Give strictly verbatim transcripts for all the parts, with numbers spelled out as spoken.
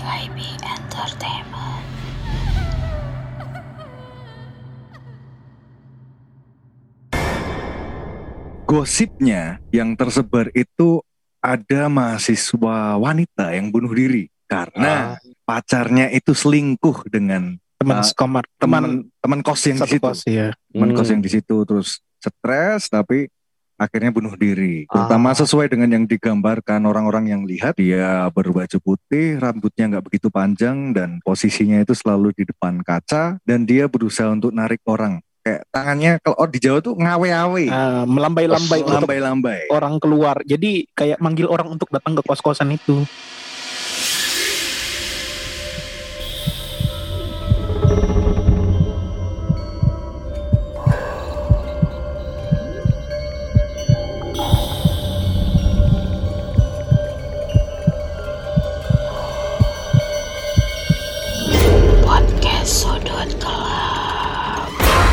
Y B Entertainment. Gosipnya yang tersebar itu ada mahasiswa wanita yang bunuh diri karena Ah. pacarnya itu selingkuh dengan teman uh, sekamar teman teman kos yang di satu situ. kos ya. Teman Hmm. kos yang di situ terus stres tapi akhirnya bunuh diri. Terutama Ah. sesuai dengan yang digambarkan orang-orang yang lihat, dia berbaju putih, rambutnya nggak begitu panjang dan posisinya itu selalu di depan kaca dan dia berusaha untuk narik orang. Kayak tangannya kalau di Jawa tuh ngawe-awe, Ah, melambai-lambai untuk lambai-lambai. orang keluar. Jadi kayak manggil orang untuk datang ke kos-kosan itu. Podcast Sudut Gelap.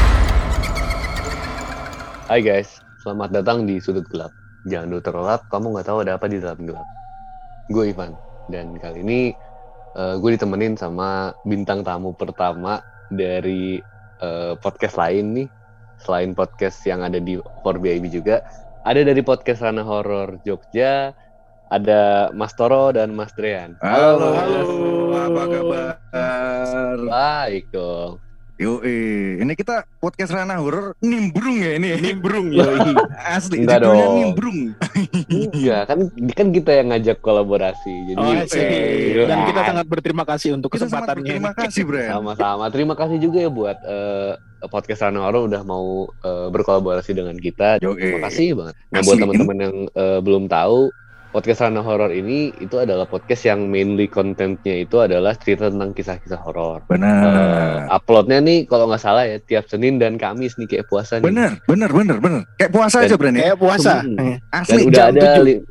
Hai guys, selamat datang di Sudut Gelap. Jangan dulu terlelap, kamu nggak tahu ada apa di dalam gelap. Gue Ivan, dan kali ini uh, gue ditemenin sama bintang tamu pertama dari uh, podcast lain nih. Selain podcast yang ada di four B I B juga, ada dari podcast Ranah Horor Jogja, ada Mas Toro dan Mas Drean. Halo, Halo. apa kabar? Baik dong. Yoi, ini kita podcast Ranah Horor nimbrung ya ini. Nimbrung yoi. Asli, Enggak judulnya dong. nimbrung. Enggak, kan kan kita yang ngajak kolaborasi. Jadi Oh, asik. eh, Dan kita ah, sangat berterima kasih untuk Kita sangat kesempatannya. berterima kasih, Bre. sama-sama. Terima kasih juga ya buat eh, podcast Ranah Horor udah mau eh, berkolaborasi dengan kita. Yoi. Terima kasih banget. Nah, Asli. buat teman-teman yang eh, belum tahu, podcast Ranah Horor ini itu adalah podcast yang mainly kontennya itu adalah cerita tentang kisah-kisah horor. Benar. Eh, uploadnya nih kalau nggak salah ya tiap Senin dan Kamis nih kayak puasa nih. Bener, bener, bener, bener. Kayak puasa Dan- aja, Bre. nih. Kayak puasa. Hmm. Eh, Dan Asli udah jam ada tujuh. li-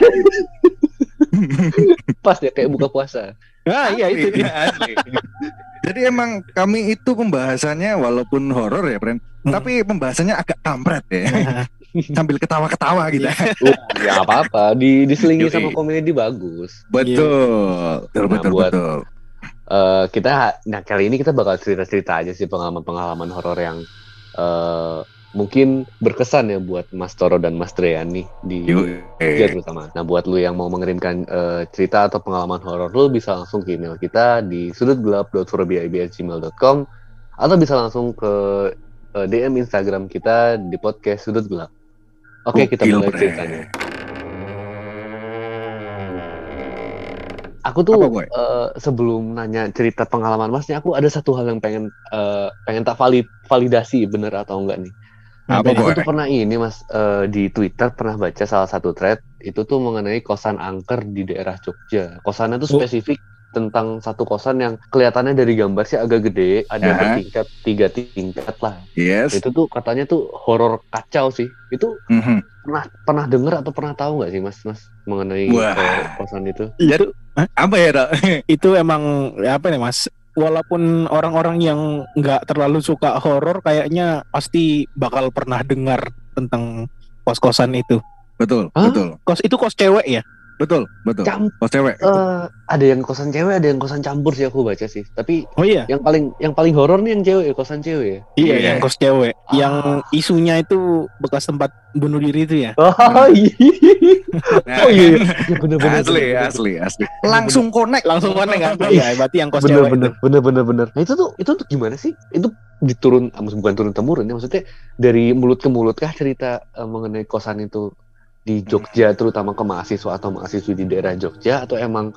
pas ya kayak buka puasa. Ah iya itu. Asli, asli. Jadi emang kami itu pembahasannya walaupun horor ya, Bren, Hmm. tapi pembahasannya agak kampret ya. Sambil ketawa-ketawa gitu. Uh, ya apa-apa, di diselingi Yoi. sama komedi bagus. Betul. Betul, Nah, betul, buat- betul. Eh, kita, nah kali ini kita bakal cerita-cerita aja sih pengalaman-pengalaman horor yang eh, mungkin berkesan ya buat Mas Toro dan Mas Drean nih di Yoi. Jogja terutama. Nah buat lu yang mau mengirimkan eh, cerita atau pengalaman horor, lu bisa langsung ke email kita di sudutgelap dot forbib at gmail dot com atau bisa langsung ke eh, D M Instagram kita di podcast Sudut Gelap. Oke, kita Gokil, mulai Bre. ceritanya. Aku tuh Apa, Boy? eh, sebelum nanya cerita pengalaman Masnya, aku ada satu hal yang pengen eh, pengen tak valid, validasi bener atau enggak nih. Apa, Aku Boy? tuh pernah ini Mas eh, di Twitter pernah baca salah satu thread itu tuh mengenai kosan angker di daerah Jogja. Kosannya tuh Oh. spesifik tentang satu kosan yang kelihatannya dari gambar sih agak gede, ada Aha. bertingkat, tiga tingkat lah. Yes. Itu tuh katanya tuh horor kacau sih. Itu Mhm. pernah pernah denger atau pernah tahu nggak sih Mas Mas mengenai Wah. eh, kosan itu? Itu Apa ya, Dok? itu emang ya apa nih Mas? Walaupun orang-orang yang nggak terlalu suka horor kayaknya pasti bakal pernah dengar tentang kos-kosan itu. Betul, Hah? betul. Kos itu kos cewek ya? Betul, betul. Cam- Kos cewek. Eh, ada yang kosan cewek, ada yang kosan campur sih aku baca sih. Tapi Oh iya. yang paling yang paling horor nih yang cewek ya, kosan cewek ya. Iya, Iya. yang kos cewek. Ah. Yang isunya itu bekas tempat bunuh diri itu ya. Oh iya. Nah, Oh iya. Ya, bener-bener. asli, asli, asli. Langsung connect. Langsung konek kan? Iya, berarti yang kos Bener cewek. bener, itu. bener bener bener. Nah itu tuh itu tuh gimana sih? Itu diturun, ah, bukan turun temurun ya, maksudnya dari mulut ke mulut kah cerita eh, mengenai kosan itu di Jogja, terutama ke mahasiswa atau mahasiswi di daerah Jogja, atau emang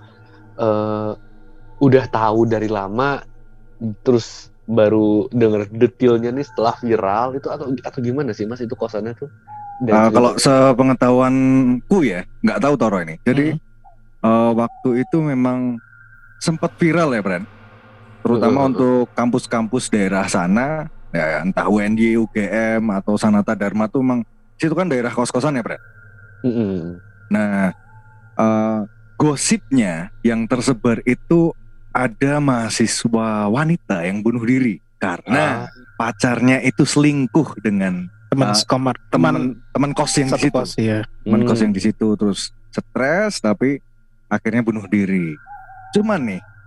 eh, udah tahu dari lama terus baru denger detailnya nih setelah viral itu, atau atau gimana sih Mas itu kosannya tuh? Dan Uh, cerita- kalau sepengetahuanku ya, nggak tahu Toro ini. Jadi uh, waktu itu memang sempat viral ya, Bran. Terutama Uh, uh, uh. untuk kampus-kampus daerah sana, ya entah U N Y, U G M atau Sanata Dharma tuh memang situ kan daerah kos-kosan ya, Bran. Mm-mm. Nah, uh, gosipnya yang tersebar itu ada mahasiswa wanita yang bunuh diri karena pacarnya itu selingkuh dengan Teman Ah, sekamar, teman teman kos yang di satu situ. kos ya. Teman Hmm. kos yang di situ terus stres tapi akhirnya bunuh diri. Cuman nih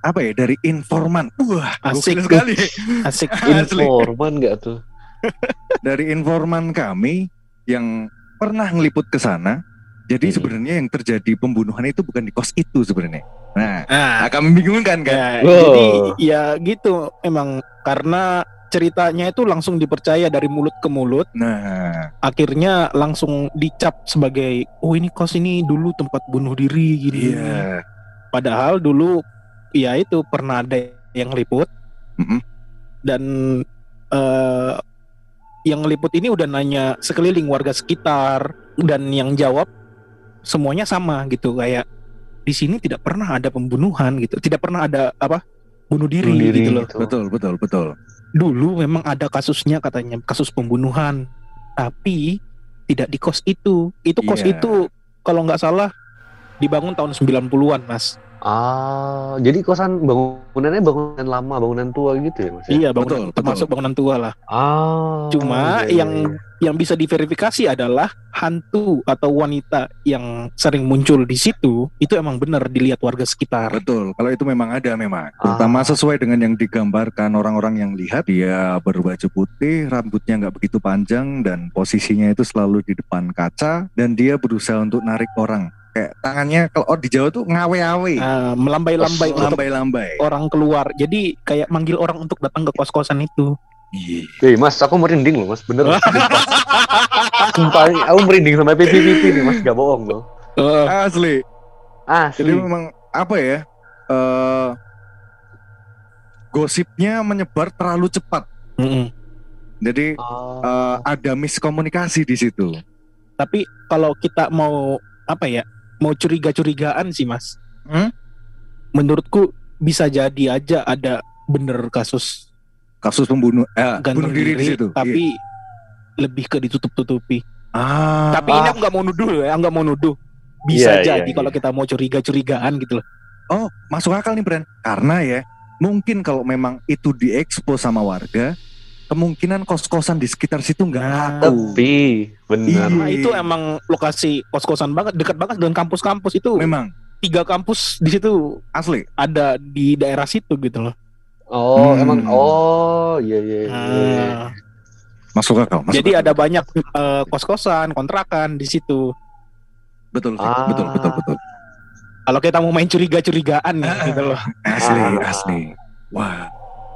apa ya, dari informan. Wah, Asik gokil tuh. sekali. Asik. Asli. Informan nggak tuh? Dari informan kami yang pernah ngeliput ke sana. Jadi Hmm. sebenarnya yang terjadi pembunuhan itu bukan di kos itu sebenarnya. Nah, Nah, agak membingungkan kan? ya, Wow. jadi ya gitu emang karena ceritanya itu langsung dipercaya dari mulut ke mulut, Nah, akhirnya langsung dicap sebagai oh ini kos ini dulu tempat bunuh diri gini. iya. Padahal dulu ya itu pernah ada yang liput Mm-mm. dan eh, yang ngeliput ini udah nanya sekeliling warga sekitar dan yang jawab semuanya sama gitu, kayak di sini tidak pernah ada pembunuhan gitu, tidak pernah ada apa bunuh diri, Bunuh diri gitu loh. gitu. Betul, betul, betul. Dulu memang ada kasusnya katanya, kasus pembunuhan, tapi tidak di kos itu. Itu kos Iya. itu kalau nggak salah dibangun tahun sembilan puluhan, Mas. Ah, jadi kosan bangunannya bangunan lama, bangunan tua gitu ya, Mas? ya? Iya, Betul, bangunan termasuk betul. bangunan tua lah. Ah. Cuma iya, iya, yang iya. yang bisa diverifikasi adalah hantu atau wanita yang sering muncul di situ itu emang benar dilihat warga sekitar. Betul, kalau itu memang ada memang. Terutama Ah. sesuai dengan yang digambarkan orang-orang yang lihat. Dia berbaju putih, rambutnya nggak begitu panjang, dan posisinya itu selalu di depan kaca. Dan dia berusaha untuk narik orang. Kayak tangannya, kalau di Jawa tuh ngawe-awe. Ah, melambai-lambai Oh, untuk Lambai-lambai. orang keluar. Jadi kayak manggil orang untuk datang ke kos-kosan itu. Iya. Eh, Mas, aku merinding loh, Mas. Bener. Sumpah. Sumpah, aku merinding sampai pipi-pipi nih, Mas. Gak bohong loh. Eh, Asli. Asli. Jadi memang apa ya? eh gosipnya menyebar terlalu cepat. mm-mm. Jadi eh, Ah. ada miskomunikasi di situ. Tapi kalau kita mau apa ya, mau curiga-curigaan sih, Mas. Hmm? Menurutku bisa jadi aja ada bener kasus Kasus pembunuh, eh, gantung bunuh diri, di situ. tapi Iya. lebih ke ditutup-tutupi. Ah, Tapi ini aku nggak mau nuduh ya, nggak mau nuduh. Iya, Bisa iya, jadi iya. kalau kita mau curiga-curigaan gitu loh. oh, masuk akal nih, Bran. Karena ya, mungkin kalau memang itu diekspos sama warga, kemungkinan kos-kosan di sekitar situ nggak Nah, laku. Tapi, bener. Iya. Nah, itu emang lokasi kos-kosan banget, dekat banget dengan kampus-kampus itu. Memang Tiga kampus di situ asli. ada di daerah situ gitu loh. Oh, Hmm. emang. Oh, iya, iya, iya. Nah, Masuk akal. Masuk jadi akal. ada banyak eh, kos-kosan, kontrakan di situ. Betul, sih. Ah. betul, betul, betul. Kalau kita mau main curiga-curigaan nih, gitu loh. Asli, Ah. asli. Wah,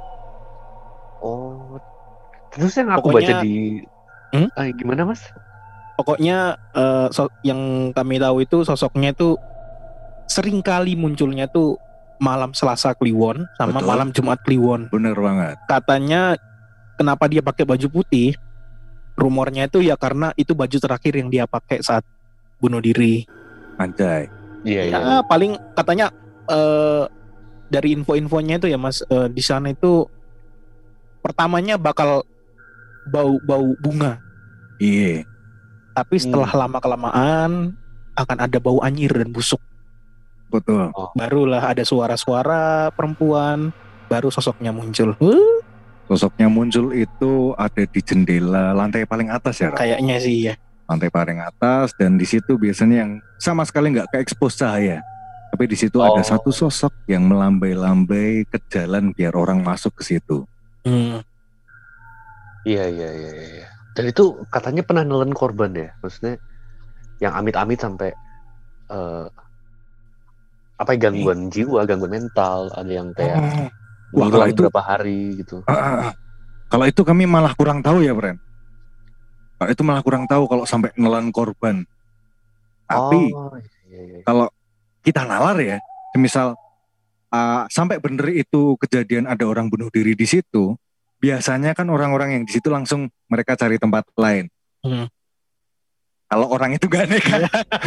Oh. Terus yang aku Pokoknya- baca di... Hmm? Ah, gimana, Mas? Pokoknya eh, so- yang kami tahu itu sosoknya itu sering kali munculnya tuh malam Selasa Kliwon sama Betul. malam Jumat Kliwon. bener banget. Katanya kenapa dia pakai baju putih? Rumornya itu ya karena itu baju terakhir yang dia pakai saat bunuh diri. Anjay. Iya, iya. Ya paling katanya eh, dari info-infonya itu ya Mas, eh, di sana itu pertamanya bakal bau-bau bunga, Iya. tapi setelah lama kelamaan akan ada bau anyir dan busuk. Betul. Barulah ada suara-suara perempuan, baru sosoknya muncul. Huh, Sosoknya muncul itu ada di jendela lantai paling atas ya, Ra? kayaknya sih ya. Lantai paling atas, dan di situ biasanya yang sama sekali nggak ke-expose cahaya. Tapi di situ ada Oh. satu sosok yang melambai-lambai ke jalan biar orang masuk ke situ. Hmm. Iya, iya, iya, iya. Dan itu katanya pernah nelen korban ya? Maksudnya yang amit-amit sampai eh apa ya, gangguan jiwa, gangguan mental, ada yang kayak Wah, kalau hilang itu- berapa hari gitu. Ah, ah, ah. Kalau itu kami malah kurang tahu ya, Bren. Kalau itu malah kurang tahu kalau sampai nelan korban. Tapi Oh, iya, iya. kalau kita nalar ya, misal ah, sampai bener itu kejadian ada orang bunuh diri di situ, biasanya kan orang-orang yang di situ langsung mereka cari tempat lain. Hmm. Kalau orang itu gak nekat.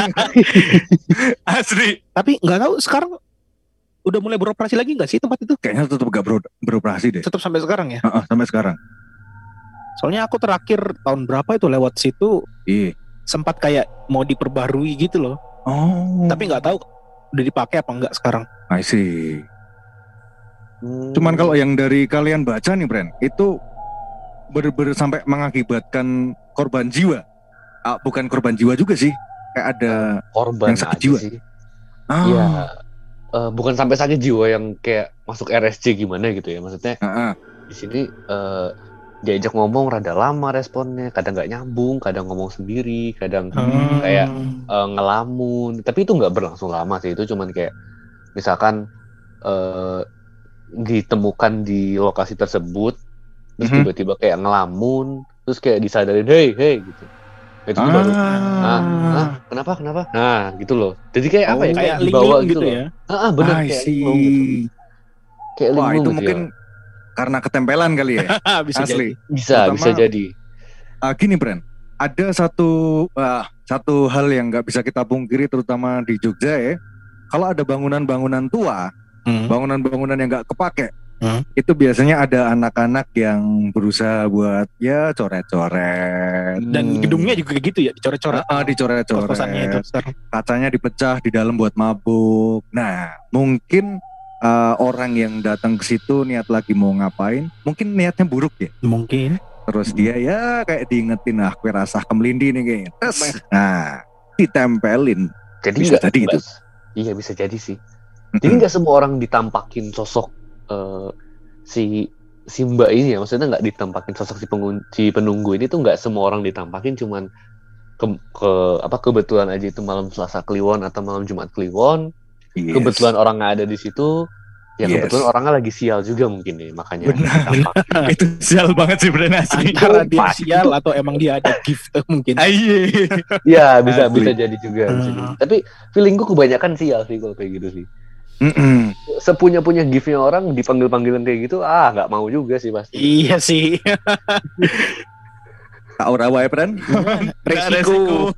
Asli. Tapi nggak tahu sekarang udah mulai beroperasi lagi nggak sih tempat itu? Kayaknya tetap gak ber- beroperasi deh. Tetap sampai sekarang ya? Ah, ah, sampai sekarang. Soalnya aku terakhir tahun berapa itu lewat situ Iya. sempat kayak mau diperbarui gitu loh. Oh. Tapi nggak tahu udah dipakai apa enggak sekarang. I see. Hmm. Cuman kalau yang dari kalian baca nih, Bren, itu bener-bener sampai mengakibatkan korban jiwa. Ah, bukan korban jiwa juga sih. Kayak ada korban yang sakit aja jiwa. sih. ah, Iya. eh, bukan sampai sakit jiwa yang kayak masuk R S C gimana gitu ya. Maksudnya Heeh. di sini eh, diajak ngomong rada lama responnya, kadang nggak nyambung, kadang ngomong sendiri, kadang Hmm. kayak eh, ngelamun. Tapi itu nggak berlangsung lama sih, itu cuman kayak misalkan eh, ditemukan di lokasi tersebut, terus Mhm. tiba-tiba kayak ngelamun, terus kayak disadarin, hey, hey, gitu. Itu tuh baru, ah, ah, kenapa, kenapa? Nah, gitu loh. Jadi kayak apa ya? Oh, Kayak Kayak dibawa linglung gitu gitu loh. ya. Ah, ah, bener I kayak linglung gitu. see. Kayak Wah, linglung itu gitu mungkin ya. karena ketempelan kali ya. Bisa Asli. jadi. Bisa, Terutama- bisa jadi. Ah, gini, Bren. Ada satu ah, satu hal yang nggak bisa kita pungkiri, terutama di Jogja ya. Kalau ada bangunan-bangunan tua, Hmm. bangunan-bangunan yang nggak kepake, Hmm. itu biasanya ada anak-anak yang berusaha buat ya coret-coret. Dan gedungnya juga kayak gitu ya, dicoret-coret. Ah, dicoret-coret. Kos-kosannya itu sekarang. Kacanya dipecah di dalam buat mabuk. Nah, mungkin uh, orang yang datang ke situ niat lagi mau ngapain, mungkin niatnya buruk ya. Mungkin. Terus dia ya kayak diingetin, ah kue rasah kemelindi nih kayaknya. Tes. Nah, ditempelin. Jadi Bisa nggak, jadi gitu. nggak- iya bisa jadi sih. Jadi nggak semua orang ditampakin sosok eh, si si mbak ini ya, maksudnya nggak ditampakin sosok si, pengun, si penunggu ini tuh nggak semua orang ditampakin, cuman ke, ke apa kebetulan aja itu malam Selasa Kliwon atau malam Jumat Kliwon, Yes. kebetulan orang nggak ada di situ, ya Yes. kebetulan orangnya lagi sial juga mungkin nih, makanya Benar. ditampakin. Itu sial banget sih Bren asli. Antara dia Pasti. sial atau emang dia ada gift mungkin. Aye. Ya bisa Asli. bisa jadi juga. Bisa Hmm. jadi. Tapi feelingku kebanyakan sial sih kalau kayak gitu sih. Mm-mm. Sepunya-punya giftnya orang dipanggil-panggilin kayak gitu, ah nggak mau juga sih pasti. Iya sih. Tak ora wae Bren. Resiko.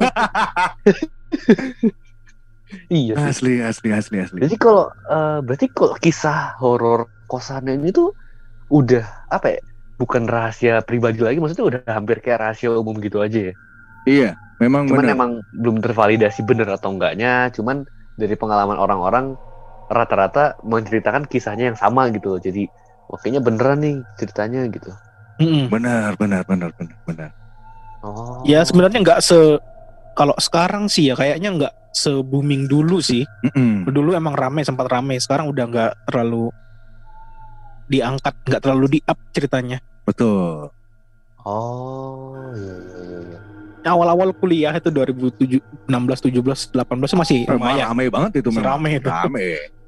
Iya sih. Asli asli asli asli. Jadi kalau eh, berarti kalau kisah horor kosannya ini tuh udah apa ya? Bukan rahasia pribadi lagi, maksudnya udah hampir kayak rahasia umum gitu aja ya. Iya, memang Cuman benar. emang belum tervalidasi bener atau enggaknya, cuman dari pengalaman orang-orang rata-rata menceritakan kisahnya yang sama gitu loh. Jadi wah, kayaknya beneran nih ceritanya gitu. Mm-mm. Benar benar benar benar benar. Oh. Ya sebenarnya nggak se kalau sekarang sih ya kayaknya nggak se booming dulu sih. Mm-mm. Dulu emang rame, sempat rame. Sekarang udah nggak terlalu diangkat, nggak terlalu di up ceritanya. Betul. Oh, iya iya iya. iya. Awal-awal kuliah itu dua ribu enam belas, tujuh belas, delapan belas masih Emang lumayan. rame banget itu Masih memang. rame itu. Rame.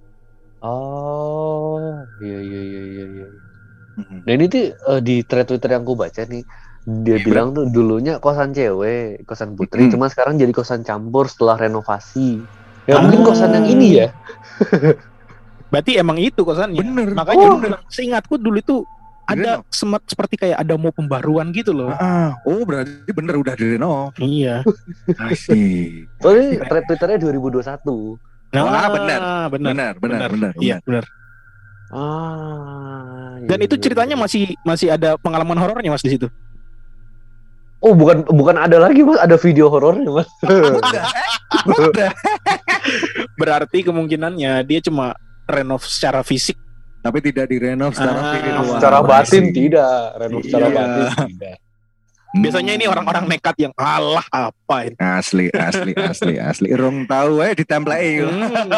Oh, iya iya iya iya. iya. Mm-mm. Nah ini tuh eh, di thread Twitter yang aku baca nih, dia Iya, bilang tuh dulunya kosan cewek, kosan putri, Mm-mm. cuma sekarang jadi kosan campur setelah renovasi. Ya Ah. mungkin kosan yang ini ya. Berarti emang itu kosannya. Bener. Makanya Oh. dulu bilang, seingatku dulu itu ada semet, seperti kayak ada mau pembaruan gitu loh. Ah, oh berarti bener udah direnov. Iya. Asik. Soalnya thread Twitternya dua ribu dua puluh satu. Nah, Wah, benar. benar. Benar benar benar. Iya, benar. Ah. Dan iya, itu iya, ceritanya iya. masih masih ada pengalaman horornya Mas di situ. Oh bukan bukan ada lagi mas, ada video horornya mas. Udah. Berarti kemungkinannya dia cuma renov secara fisik. Tapi tidak direnov secara Ah, visual. Secara batin Asik. tidak, renov secara Iya. batin tidak. Biasanya ini orang-orang nekat yang alah apa ini. Asli, asli, asli, asli. Rong tahu eh ditemplei.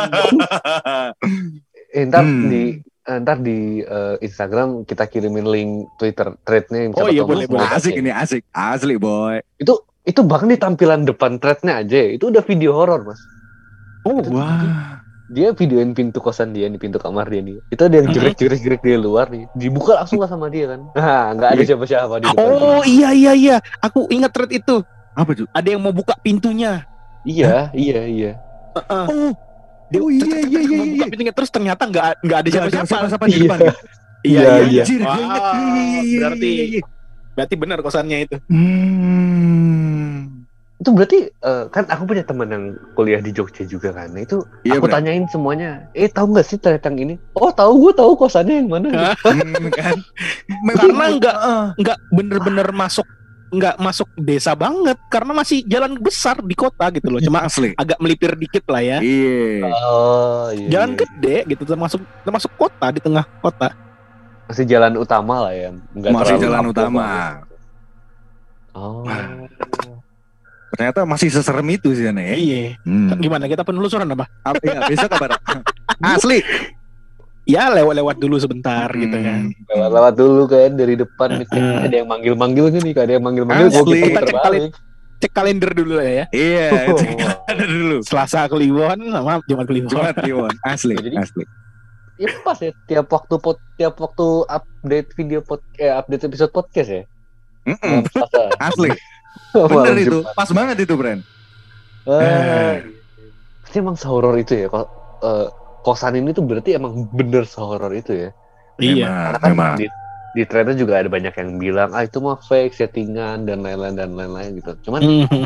Eh, ntar Hmm. di eh, ntar di eh, Instagram kita kirimin link Twitter threadnya yang Oh siapa iya, tahu boleh, Mas mau boleh. baca Asik ya. ini asik, asli boy. Itu itu bahkan di tampilan depan threadnya aja ya, itu udah video horor mas. Oh, Wah. Dia videoin pintu kosan dia nih, pintu kamar dia nih. Itu ada yang Mhm. jerit-jerit di luar nih. Dibuka langsung lah sama dia kan. Nah, nggak ada Iya. siapa-siapa di depan. oh iya iya iya. Aku ingat thread itu. Apa tuh? Ada yang mau buka pintunya. Iya, iya, iya. Oh, Dia Oh, iya, cek, cek, cek, iya, iya, mau buka iya. pintunya terus ternyata nggak nggak ada nggak ada siapa-siapa. siapa-siapa di Iya. depan. Iya Iya, iya. iya. Anjir, gue inget. Wah, Iya, iya, iya, iya, berarti iya, iya. berarti benar kosannya itu. Hmm. Itu berarti eh, kan aku punya teman yang kuliah di Jogja juga kan. Nah, itu Iya, aku Bro. tanyain semuanya. Eh, tahu nggak sih thread yang ini? Oh, tahu, gue tahu kosannya yang mana. Hmm, kan. Karena nggak Heeh. nggak bener-bener masuk nggak masuk desa banget karena masih jalan besar di kota gitu loh. Cuma asli. agak melipir dikit lah ya. Iya. Oh, iya. Jalan iya. gede gitu termasuk termasuk kota di tengah kota. Masih jalan utama lah ya. Nggak Masih terlalu jalan upload utama. banget. Oh. Ternyata masih seserem itu sih Ane. Iya. Hmm. Gimana kita penelusuran apa? Apa- Iya, besok kabar. Asli. Ya lewat-lewat dulu sebentar gitu kan. Lewat-lewat dulu kan dari depan nih. Uh, Ada yang manggil-manggil kan nih, ada yang manggil-manggil gua Asli. kita Kita puter cek kali- balik. Cek kalender dulu lah ya. Iya, Oh. cek ada dulu. Selasa Kliwon sama Jumat Kliwon. Jumat Kliwon. Asli, Jadi- asli. Ya pas ya tiap waktu pot, tiap waktu update video pod, eh, update episode podcast ya. Mm-mm. Malam Selasa. Asli. Malam Bener itu. Jumat. Pas banget itu, Bren. Ah, berarti emang sehoror itu ya. Kok eh, kosan ini tuh berarti emang bener sehoror itu ya. Iya. Karena Memang, kan memang. di di trailer juga ada banyak yang bilang ah itu mah fake, settingan dan lain-lain dan lain-lain gitu. Cuman Mhm.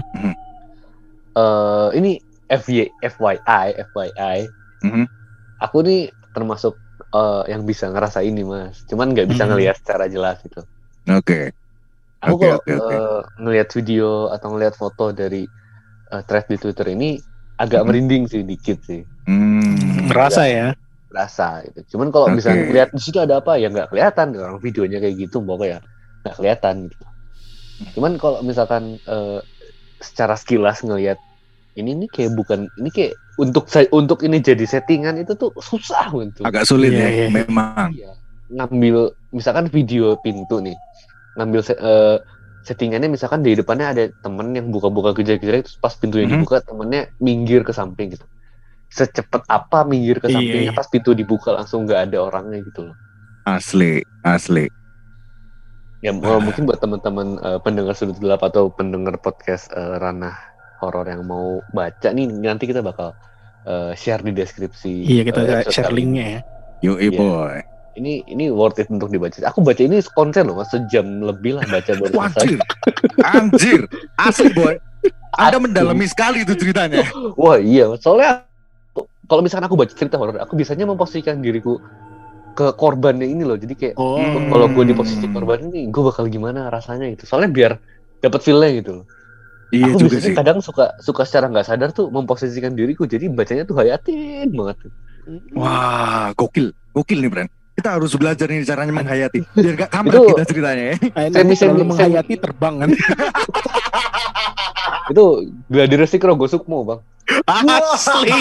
eh ini F Y F Y I F Y I Mhm. aku nih termasuk eh, yang bisa ngerasa ini mas. Cuman nggak bisa Mhm. ngelihat secara jelas gitu. Oke. Aku Oke, kalau oke, oke. eh, ngelihat video atau ngelihat foto dari eh, thread di Twitter ini agak Mhm. merinding sih dikit sih. Hmm. Ngerasa ya. Rasa gitu. Cuman kalau Oke. misalnya lihat di situ ada apa ya nggak kelihatan orang videonya kayak gitu pokoknya nggak kelihatan gitu. Cuman kalau misalkan eh, secara sekilas ngelihat ini nih kayak bukan ini kayak untuk saya untuk ini jadi settingan itu tuh susah untuk Agak sulit Iya, ya, iya. memang. iya, ngambil misalkan video pintu nih ngambil se- eh, settingannya misalkan di depannya ada temen yang buka-buka gejar-gejar terus pas pintunya Mhm. dibuka temennya minggir ke samping gitu. Secepat apa minggir ke Iya, sampingnya iya. pas pintu dibuka langsung nggak ada orangnya gitu loh. Asli, asli. Ya Ah. m- mungkin buat teman-teman eh, pendengar sudut gelap atau pendengar podcast eh, ranah horor yang mau baca nih nanti kita bakal eh, share di deskripsi. Iya kita eh, episode share kali linknya ini. ya. Yoi Iya. boy. Ini ini worth it untuk dibaca. Aku baca ini konsen loh, mas sejam lebih lah baca baru selesai. Wajir. Anjir. Asli boy. Anda Asli. mendalami sekali itu ceritanya. Wah iya, soalnya kalau misalkan aku baca cerita horor, aku biasanya memposisikan diriku ke korbannya ini loh. Jadi kayak Oh. Hmm. kalau gue di posisi korban ini, gue bakal gimana rasanya gitu. Soalnya biar dapat feel-nya gitu loh. Iya Aku juga biasanya sih. kadang suka suka secara nggak sadar tuh memposisikan diriku. Jadi bacanya tuh hayatin banget. Wah, gokil. Gokil nih, Bren. Kita harus belajar nih caranya menghayati. Biar gak kamar Itu- kita ceritanya ya. Eh, Semi- nanti terlalu semi- menghayati terbang kan. Itu gladi resik rogo sukmo bang. Asli.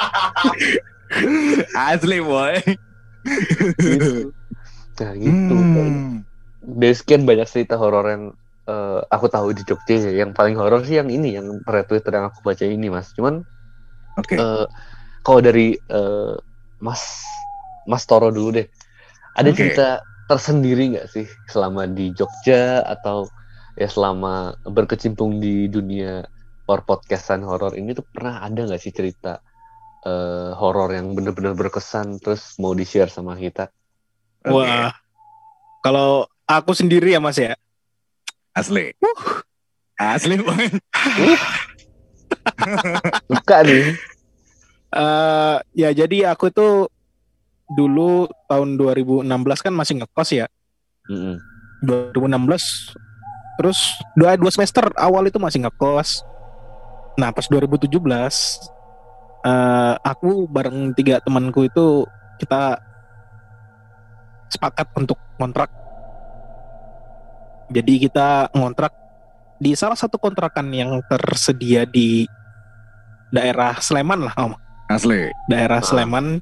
Asli boy. Gitu. Nah gitu. Hmm. Dari sekian banyak cerita horor yang eh, aku tahu di Jogja ya, yang paling horor sih yang ini, yang thread Twitter yang aku baca ini mas. Cuman Oke. eh, kalau dari eh, Mas Mas Toro dulu deh, ada Oke. cerita tersendiri nggak sih selama di Jogja atau ya selama berkecimpung di dunia or podcastan horor ini tuh pernah ada nggak sih cerita eh, horor yang benar-benar berkesan terus mau di share sama kita? Oke. Wah. Kalau aku sendiri ya Mas ya. Asli. Asli boy. Suka nih. Eh ya jadi aku tuh dulu tahun dua ribu enam belas kan masih ngekos ya. Mm-mm. dua ribu enam belas terus dua dua semester awal itu masih ngekos. Nah, pas dua ribu tujuh belas eh aku bareng tiga temanku itu kita sepakat untuk ngontrak. Jadi kita ngontrak di salah satu kontrakan yang tersedia di daerah Sleman lah, Om. Asli. Daerah Ah. Sleman.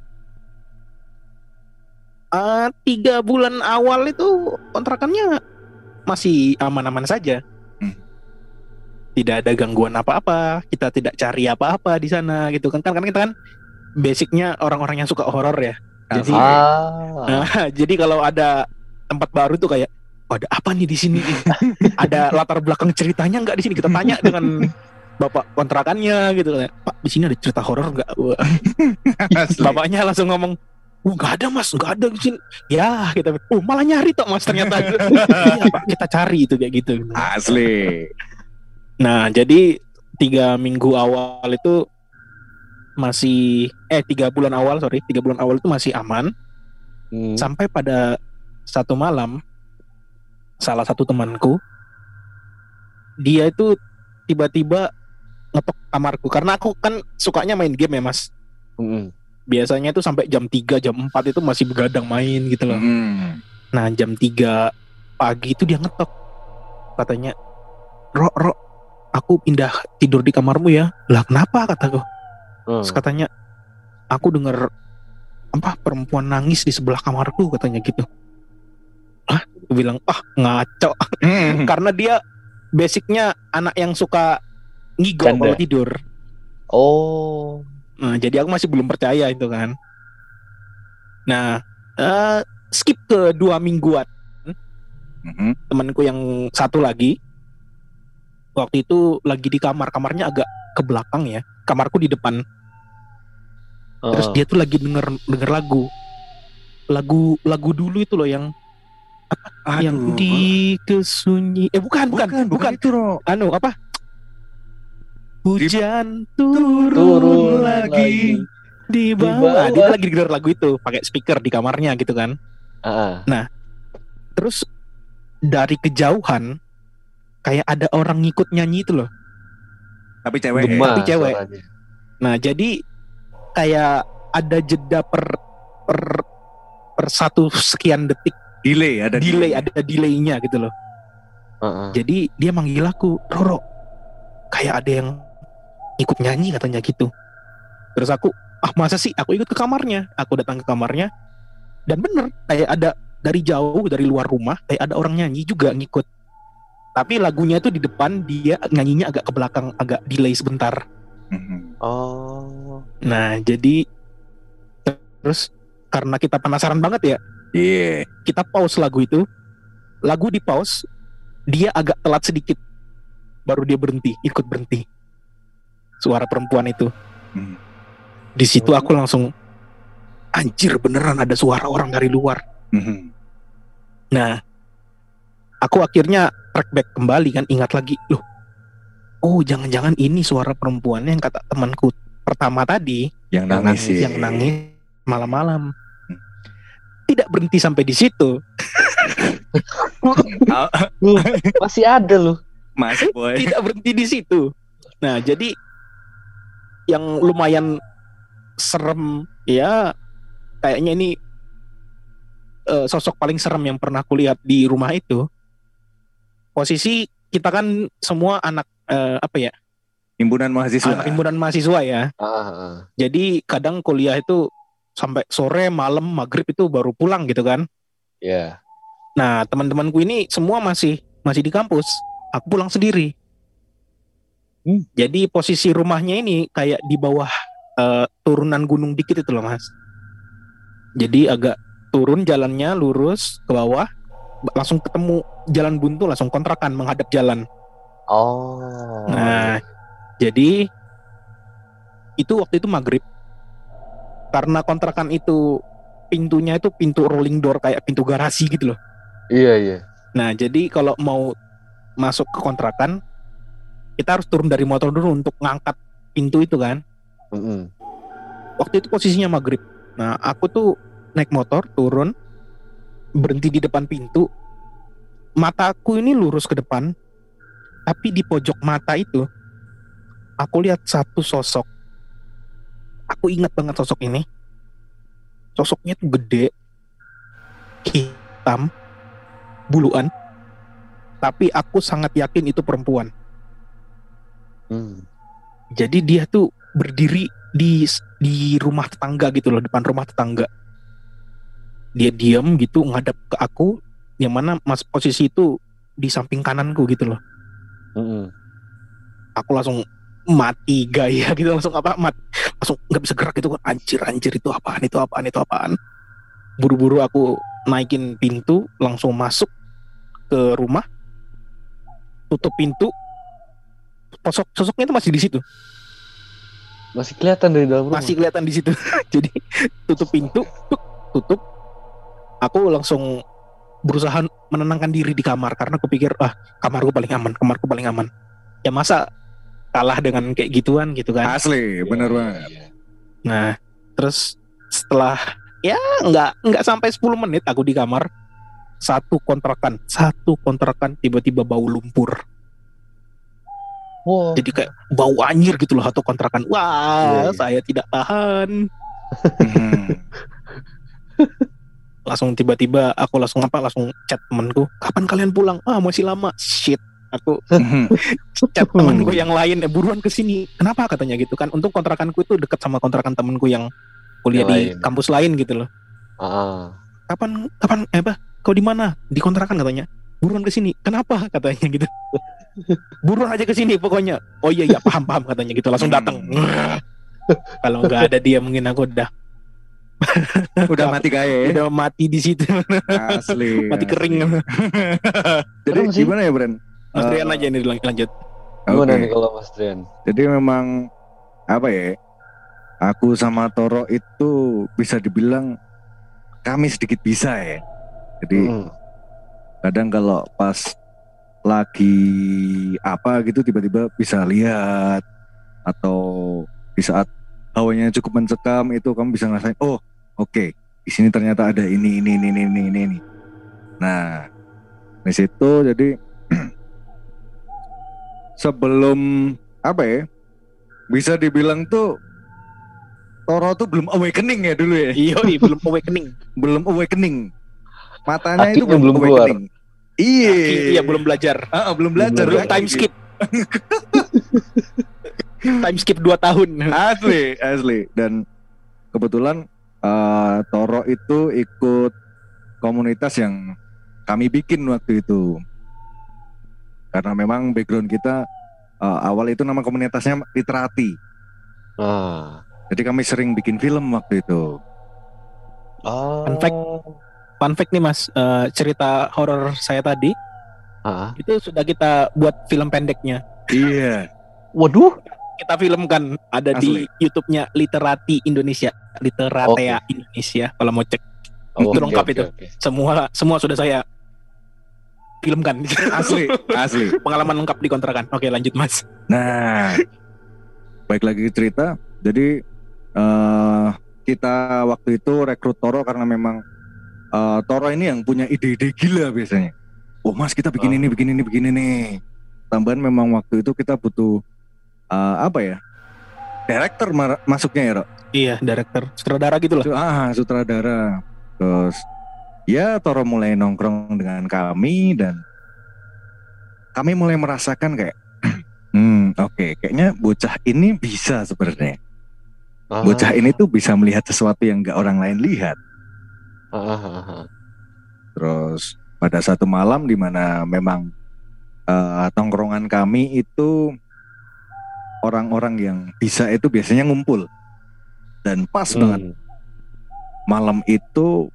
Eh, tiga bulan awal itu kontrakannya masih aman-aman saja. Hmm. Tidak ada gangguan apa-apa, kita tidak cari apa-apa di sana gitu kan. Kan kan kita kan basicnya orang-orang yang suka horor ya. Jadi Asli. Ah. Nah, jadi kalau ada tempat baru tuh kayak, oh, ada apa nih di sini? Ada latar belakang ceritanya nggak di sini? Kita tanya dengan bapak kontrakannya gitu kan. Pak, di sini ada cerita horor nggak? Wah, Asli. bapaknya langsung ngomong, oh nggak ada mas, nggak ada di sini. Ya kita, oh malah nyari toh mas ternyata. Iya pak, kita cari itu kayak gitu. Asli. Nah jadi tiga minggu awal itu masih, eh tiga bulan awal sorry, tiga bulan awal itu masih aman. Hmm. Sampai pada satu malam salah satu temanku dia itu tiba-tiba ngetok kamarku karena aku kan sukanya main game ya mas. Mm-mm. Biasanya itu sampai jam tiga jam empat itu masih begadang main gitu loh. Hmm. Nah jam tiga pagi itu dia ngetok, katanya, Ro, Ro, aku pindah tidur di kamarmu ya. Lah kenapa kataku? Hmm. Terus katanya, aku denger apa perempuan nangis di sebelah kamarku katanya gitu. Ah, aku bilang ah ngaco. Karena dia basicnya anak yang suka ngigau Canda. kalau tidur. Oh. Nah, jadi aku masih belum percaya itu kan. Nah, eh, skip ke dua mingguan. Mhm. Temanku yang satu lagi waktu itu lagi di kamar, kamarnya agak ke belakang ya. Kamarku di depan. Terus Oh. dia tuh lagi denger denger lagu. Lagu lagu dulu itu loh yang yang Aduh. di kesunyi. Eh bukan bukan bukan, bukan bukan. itu Ro. Anu apa? Hujan turun, Turun lagi lagi. di Di bawah. bawah. Dia lagi denger lagu itu pakai speaker di kamarnya gitu kan. Ah. Terus dari kejauhan kayak ada orang ngikut nyanyi itu loh. Tapi cewek. Gema Tapi cewek. suaranya. Nah, jadi kayak ada jeda per per per satu sekian detik Delay ada delay, ada delaynya gitu loh. Ah, ah. Jadi dia manggil aku, Roro, kayak ada yang ikut nyanyi katanya gitu. Terus aku, ah masa sih? Aku ikut ke kamarnya. Aku datang ke kamarnya dan bener kayak ada dari jauh dari luar rumah kayak ada orang nyanyi juga ngikut. Tapi lagunya tuh di depan, dia nyanyinya agak ke belakang, agak delay sebentar. Mhm. Oh. Nah, jadi terus karena kita penasaran banget ya, Iya. kita pause lagu itu. Lagu di pause, dia agak telat sedikit, baru dia berhenti, ikut berhenti. Suara perempuan itu. Mhm. Di situ aku langsung, anjir beneran ada suara orang dari luar. Mhm. Nah, aku akhirnya track back kembali kan, ingat lagi, loh, oh jangan-jangan ini suara perempuan yang kata temanku pertama tadi, Yang Yang nangis, nangis, iya. yang nangis malam-malam. Tidak berhenti sampai di situ. Loh, masih ada loh. Masih boy. Tidak berhenti di situ. Nah, jadi yang lumayan serem ya, kayaknya ini eh, sosok paling serem yang pernah aku lihat di rumah itu. Posisi kita kan semua anak eh, apa ya? Himpunan mahasiswa. Anak himpunan mahasiswa ya. Ah, ah, ah. Jadi kadang kuliah itu sampai sore, malam, maghrib itu baru pulang gitu kan. Ya. Nah, teman-temanku ini semua masih masih di kampus. Aku pulang sendiri. Hmm. Jadi posisi rumahnya ini kayak di bawah eh, turunan gunung dikit itu loh, Mas. Jadi agak turun jalannya lurus ke bawah, langsung ketemu jalan buntu, langsung kontrakan menghadap jalan. Oh. Nah, jadi itu waktu itu maghrib. Karena kontrakan itu pintunya itu pintu rolling door kayak pintu garasi gitu loh. Iya, iya. Nah, jadi kalau mau masuk ke kontrakan, kita harus turun dari motor dulu untuk ngangkat pintu itu kan. Mm-mm. Waktu itu posisinya maghrib. Nah, aku tuh naik motor, turun, berhenti di depan pintu. Mataku ini lurus ke depan, tapi di pojok mata itu, aku lihat satu sosok. Aku ingat banget sosok ini. Sosoknya tuh gede, hitam, buluan. Tapi aku sangat yakin itu perempuan. Hmm. Jadi dia tuh berdiri di di rumah tetangga gitu loh, depan rumah tetangga. Dia diam gitu ngadap ke aku, yang mana mas posisi itu di samping kananku gitu loh. Mm-mm. Aku langsung mati gaya gitu, langsung apa mat langsung nggak bisa gerak gitu kan. Anjir anjir itu apaan itu apaan itu apaan. Buru-buru aku naikin pintu, langsung masuk ke rumah, tutup pintu. Sosok sosoknya itu masih di situ, Masih kelihatan dari dalam rumah. masih kelihatan di situ. Jadi tutup pintu, tuk, tutup. Aku langsung berusaha menenangkan diri di kamar karena aku pikir ah kamarku paling aman, kamarku paling aman. Ya masa kalah dengan kayak gituan gitu kan. Asli, Iya, bener iya, banget. iya. Nah, terus setelah ya nggak nggak sampai sepuluh menit aku di kamar, satu kontrakan, satu kontrakan tiba-tiba bau lumpur. Wow. Jadi kayak bau anjir gitu loh satu kontrakan. Wah, Iya, iya. saya tidak tahan. Mhm. Langsung tiba-tiba aku langsung apa? Langsung chat temanku. Kapan kalian pulang? Ah, masih lama. Shit. Aku Mhm. chat temanku yang lain, eh, buruan kesini. Kenapa katanya gitu kan? Untung kontrakanku itu dekat sama kontrakan temanku yang kuliah Yang di lain. kampus lain gitu loh. Ah, Kapan kapan eh apa? Kau di mana? Di kontrakan katanya. Buruan ke sini. Kenapa katanya gitu. Buruan aja ke sini pokoknya. Oh iya iya paham paham katanya gitu langsung datang. Hmm. Kalau nggak ada dia mungkin aku udah Udah mati kaya ya. udah mati di situ. Asli. Mati asli. kering. Jadi Serem sih. gimana ya Bren? Mas Rian Eh, aja nih lanjut. gimana oke. nih kalau Mas Trian? Jadi memang apa ya? Aku sama Toro itu bisa dibilang kami sedikit bisa ya. Jadi Mm-mm. kadang kalau pas lagi apa gitu tiba-tiba bisa lihat atau di saat hawanya cukup mencekam itu kamu bisa ngerasain oh oke di sini ternyata ada ini ini ini ini ini ini, ini. Nah di situ jadi sebelum apa ya bisa dibilang tuh Toro tuh belum awakening ya dulu ya. Iya, belum awakening. Belum awakening. Matanya itu Akinya belum, belum keluar. awakening. Iya. Aki, iya belum belajar. Ah, ah, belum belajar. Belum Belum time skip. Time skip dua tahun. Asli, asli. Dan kebetulan eh, Toro itu ikut komunitas yang kami bikin waktu itu. Karena memang background kita eh, awal itu nama komunitasnya Literati. Ah. Jadi kami sering bikin film waktu itu. Ah. Fun fact. Fun fact nih Mas, eh, cerita horor saya tadi Ah. itu sudah kita buat film pendeknya. Iya. Waduh. Kita filmkan ada Asli. di YouTube-nya Literati Indonesia, Literatea Indonesia. Kalau mau cek Oh, Itu oke, lengkap oke, itu. oke. semua semua sudah saya filmkan. Asli, asli. Pengalaman lengkap di kontrakan. Oke, lanjut Mas. Nah, baik lagi cerita. Jadi eh kita waktu itu rekrut Toro karena memang eh, Toro ini yang punya ide-ide gila biasanya. Oh Mas kita bikin Ah. ini, bikin ini, bikin ini. Tambahan memang waktu itu kita butuh eh, apa ya? Director mar- masuknya ya, Rok? Iya, director, sutradara gitu loh. Ah, sutradara. Terus ya Toro mulai nongkrong dengan kami dan kami mulai merasakan kayak hmm oke kayaknya bocah ini bisa sebenarnya. Ah. Bocah ini tuh bisa melihat sesuatu yang gak orang lain lihat. Ah, ah, ah, ah. Terus pada satu malam di mana memang eh, tongkrongan kami itu orang-orang yang bisa itu biasanya ngumpul. Dan pas Hmm. banget malam itu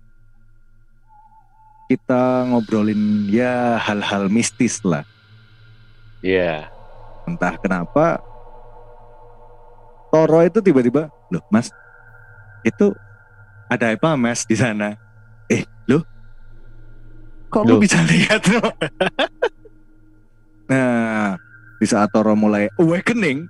kita ngobrolin ya hal-hal mistis lah. Iya. Entah kenapa Toro itu tiba-tiba, loh Mas, itu ada apa Mas di sana? Eh, loh, kok lu Loh. bisa lihat loh? Nah, di saat Toro mulai awakening,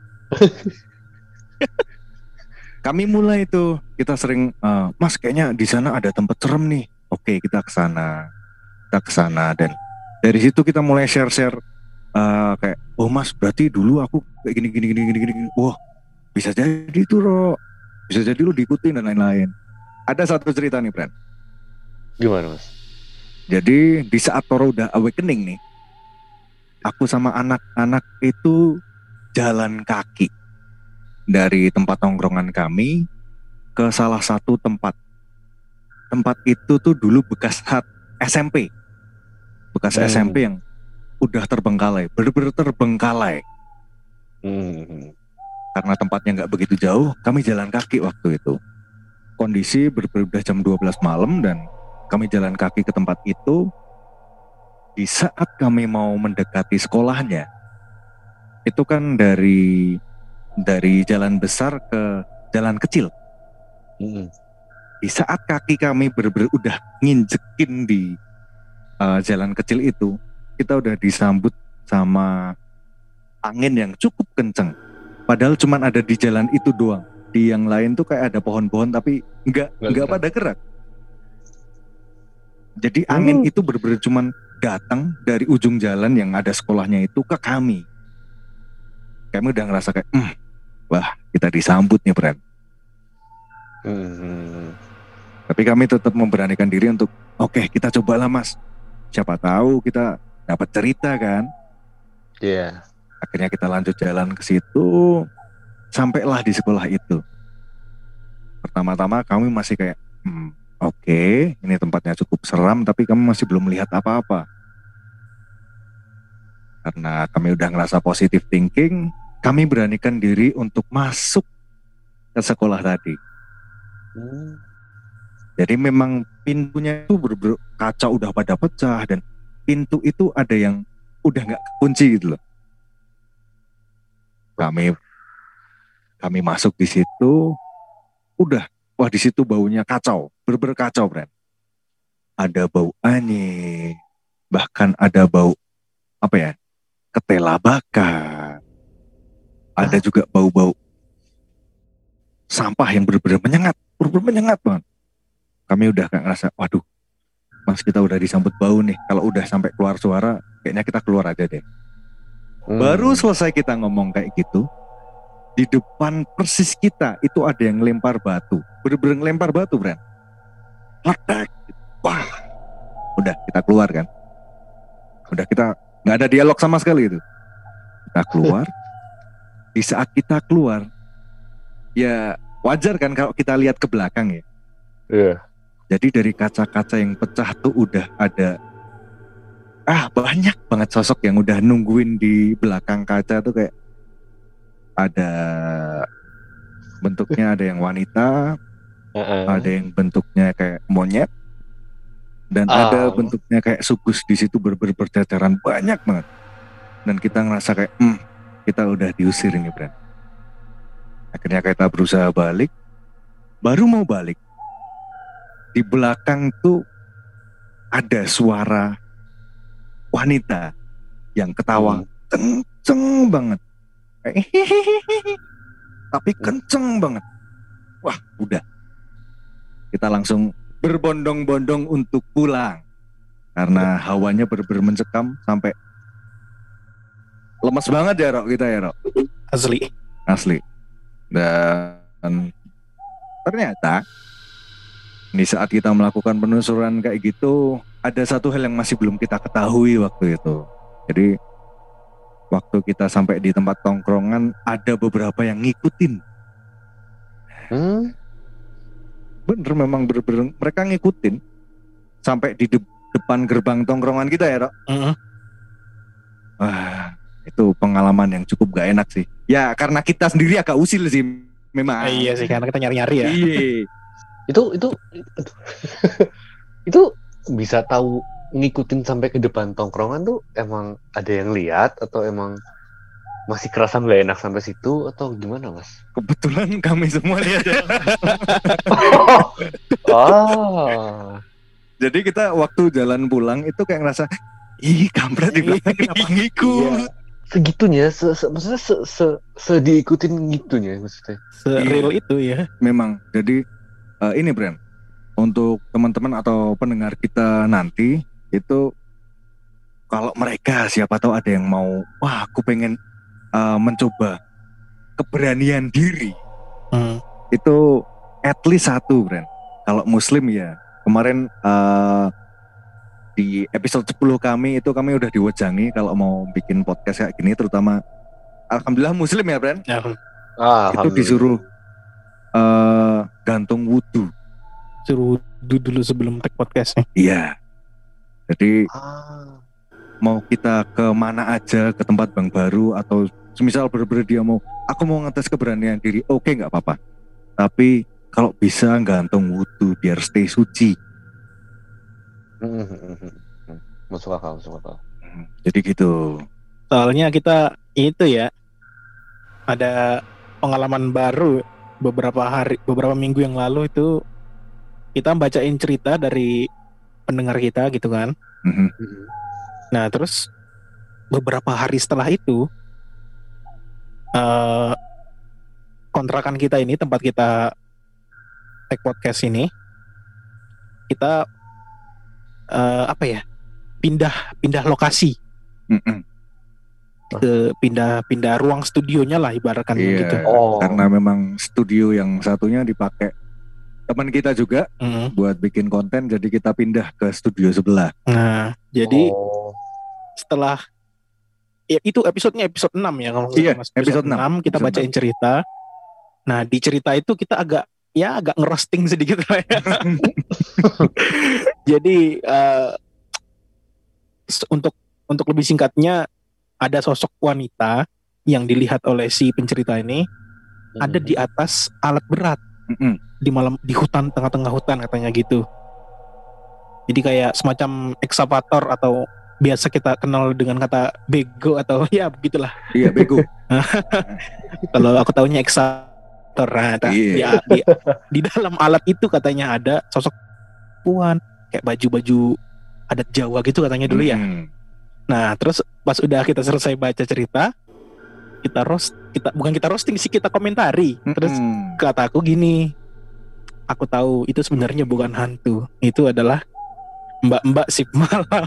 kami mulai itu kita sering, "Eh, Mas kayaknya di sana ada tempat serem nih. Oke, kita ke sana, kita ke sana dan dari situ kita mulai share-share eh, kayak, oh Mas, berarti dulu aku kayak gini gini gini gini gini. gini. Wah, bisa jadi tuh, Ro. Bisa jadi lu diikutin dan lain-lain. Ada satu cerita nih, Bran. Gimana Mas? Jadi di saat Toro udah awakening nih, aku sama anak-anak itu jalan kaki dari tempat tongkrongan kami ke salah satu tempat. Tempat itu tuh dulu bekas hut S M P. Bekas Hmm. S M P yang udah terbengkalai, bener-bener terbengkalai. Hmm. Karena tempatnya nggak begitu jauh, kami jalan kaki waktu itu. Kondisi bener-bener udah jam dua belas malam dan kami jalan kaki ke tempat itu. Di saat kami mau mendekati sekolahnya, itu kan dari dari jalan besar ke jalan kecil. Hmm. Di saat kaki kami bener-bener udah nginjekin di uh, jalan kecil itu, kita udah disambut sama angin yang cukup kenceng. Padahal cuman ada di jalan itu doang. Di yang lain tuh kayak ada pohon-pohon tapi nggak Nggak nggak gerak. pada gerak. Jadi angin Hmm. itu bener-bener cuman datang dari ujung jalan yang ada sekolahnya itu ke kami. Kami udah ngerasa kayak, "Hmm, wah kita disambut nih Bran." Hmm. Tapi kami tetap memberanikan diri untuk, oke kita cobalah Mas. Siapa tahu kita dapat cerita kan. Iya. Akhirnya kita lanjut jalan ke situ, sampailah di sekolah itu. Pertama-tama kami masih kayak, hmm, oke, okay, ini tempatnya cukup seram, tapi kami masih belum melihat apa-apa. Karena kami udah ngerasa positive thinking, kami beranikan diri untuk masuk ke sekolah tadi. Hmm. Jadi memang pintunya itu ber- kaca udah pada pecah dan pintu itu ada yang udah nggak kekunci gitu loh. Kami kami masuk di situ, udah, wah di situ baunya kacau, bener-bener kacau, Bran. Ada bau anyir, bahkan ada bau apa ya, ketela bakar. Ada juga bau-bau sampah yang bener-bener menyengat, bener-bener menyengat banget. Kami udah kayak ngerasa, waduh, mas kita udah disambut bau nih. Kalau udah sampai keluar suara, kayaknya kita keluar aja deh. Hmm. Baru selesai kita ngomong kayak gitu, di depan persis kita itu ada yang lempar batu, bener-bener ngelempar batu, Bran. Ledak, wah, udah kita keluar kan. Udah kita nggak ada dialog sama sekali itu. Kita keluar. Di saat kita keluar, ya wajar kan kalau kita lihat ke belakang ya. Iya. Yeah. Jadi dari kaca-kaca yang pecah tuh udah ada, ah banyak banget sosok yang udah nungguin di belakang kaca tuh, kayak ada bentuknya ada yang wanita, Uh-uh. ada yang bentuknya kayak monyet, dan Uh. ada bentuknya kayak sugus di situ ber- berjajaran banyak banget. Dan kita ngerasa kayak, hmm, kita udah diusir ini, Bran. Akhirnya kita berusaha balik, baru mau balik, di belakang tuh ada suara wanita yang ketawa Hmm. kenceng banget. Tapi kenceng banget. Wah, udah. Kita langsung berbondong-bondong untuk pulang. Karena hawanya bener-bener mencekam sampai lemes banget ya, Rok, kita ya, Rok. Asli. Asli. Dan ternyata di saat kita melakukan penelusuran kayak gitu, ada satu hal yang masih belum kita ketahui waktu itu. Jadi waktu kita sampai di tempat tongkrongan, ada beberapa yang ngikutin. Hmm? Bener, memang bener-bener mereka ngikutin sampai di de- depan gerbang tongkrongan kita ya, Rok. Mm-hmm. Wah, itu pengalaman yang cukup gak enak sih. Ya karena kita sendiri agak usil sih memang. Ah, iya sih, karena kita nyari-nyari ya. Iya. Itu itu itu bisa tahu ngikutin sampai ke depan tongkrongan tuh emang ada yang lihat atau emang masih kerasa nggak enak sampai situ atau gimana, Mas? Kebetulan kami semua lihat ya. Ah. Jadi kita waktu jalan pulang itu kayak ngerasa, ih kampret di belakang kenapa ngikut. Segitunya, se, se, maksudnya se, se, se diikutin gitunya maksudnya. Se-real itu ya. Memang, jadi uh, ini Bran, untuk teman-teman atau pendengar kita nanti itu, kalau mereka siapa tahu ada yang mau, wah aku pengen uh, mencoba keberanian diri, Hmm. itu at least satu, Bran. Kalau Muslim ya, kemarin uh, di episode sepuluh kami itu kami udah diwejangi kalau mau bikin podcast kayak gini, terutama alhamdulillah Muslim ya, Bran. Ya, Ah, Itu disuruh uh, gantung wudu. suruh du- dulu sebelum take podcastnya. Iya. Jadi Ah. mau kita ke mana aja, ke tempat bank baru atau semisal bener-bener dia mau, aku mau ngetes keberanian diri, oke nggak apa-apa. Tapi kalau bisa gantung wudu biar stay suci. Hmm, hmm, hmm, hmm. Masuk akal, masuk akal. Jadi gitu. Soalnya kita itu ya ada pengalaman baru beberapa hari, beberapa minggu yang lalu itu kita bacain cerita dari pendengar kita gitu kan. Mhm. Hmm. Nah terus beberapa hari setelah itu eh, kontrakan kita ini, tempat kita take podcast ini, kita eh, apa ya pindah pindah lokasi, Mm-mm. ke pindah pindah ruang studionya lah ibaratkan Iya. gitu. Oh. Karena memang studio yang satunya dipakai teman kita juga Mm. buat bikin konten, jadi kita pindah ke studio sebelah. Nah jadi Oh. setelah ya itu episodenya episode enam ya kalau nggak Iya, salah, Mas. episode enam. kita Episode bacain cerita. Nah di cerita itu kita agak ya agak ngerosting sedikit lah ya. Jadi uh, untuk untuk lebih singkatnya, ada sosok wanita yang dilihat oleh si pencerita ini Hmm. ada di atas alat berat Mm-mm. di malam di hutan, tengah-tengah hutan katanya gitu. Jadi kayak semacam ekskavator atau biasa kita kenal dengan kata bego atau ya begitulah. Iya, bego. Kalau aku tahunya ekskavator. Nah, ta- Iya. ya, di, di dalam alat itu katanya ada sosok puan kayak baju-baju adat Jawa gitu katanya dulu ya. Mm-mm. Nah, terus pas udah kita selesai baca cerita, kita roast, kita bukan kita roasting sih, kita komentari. Terus Mm-mm. kata aku gini, aku tahu itu sebenarnya bukan hantu, itu adalah mbak-mbak sip malam.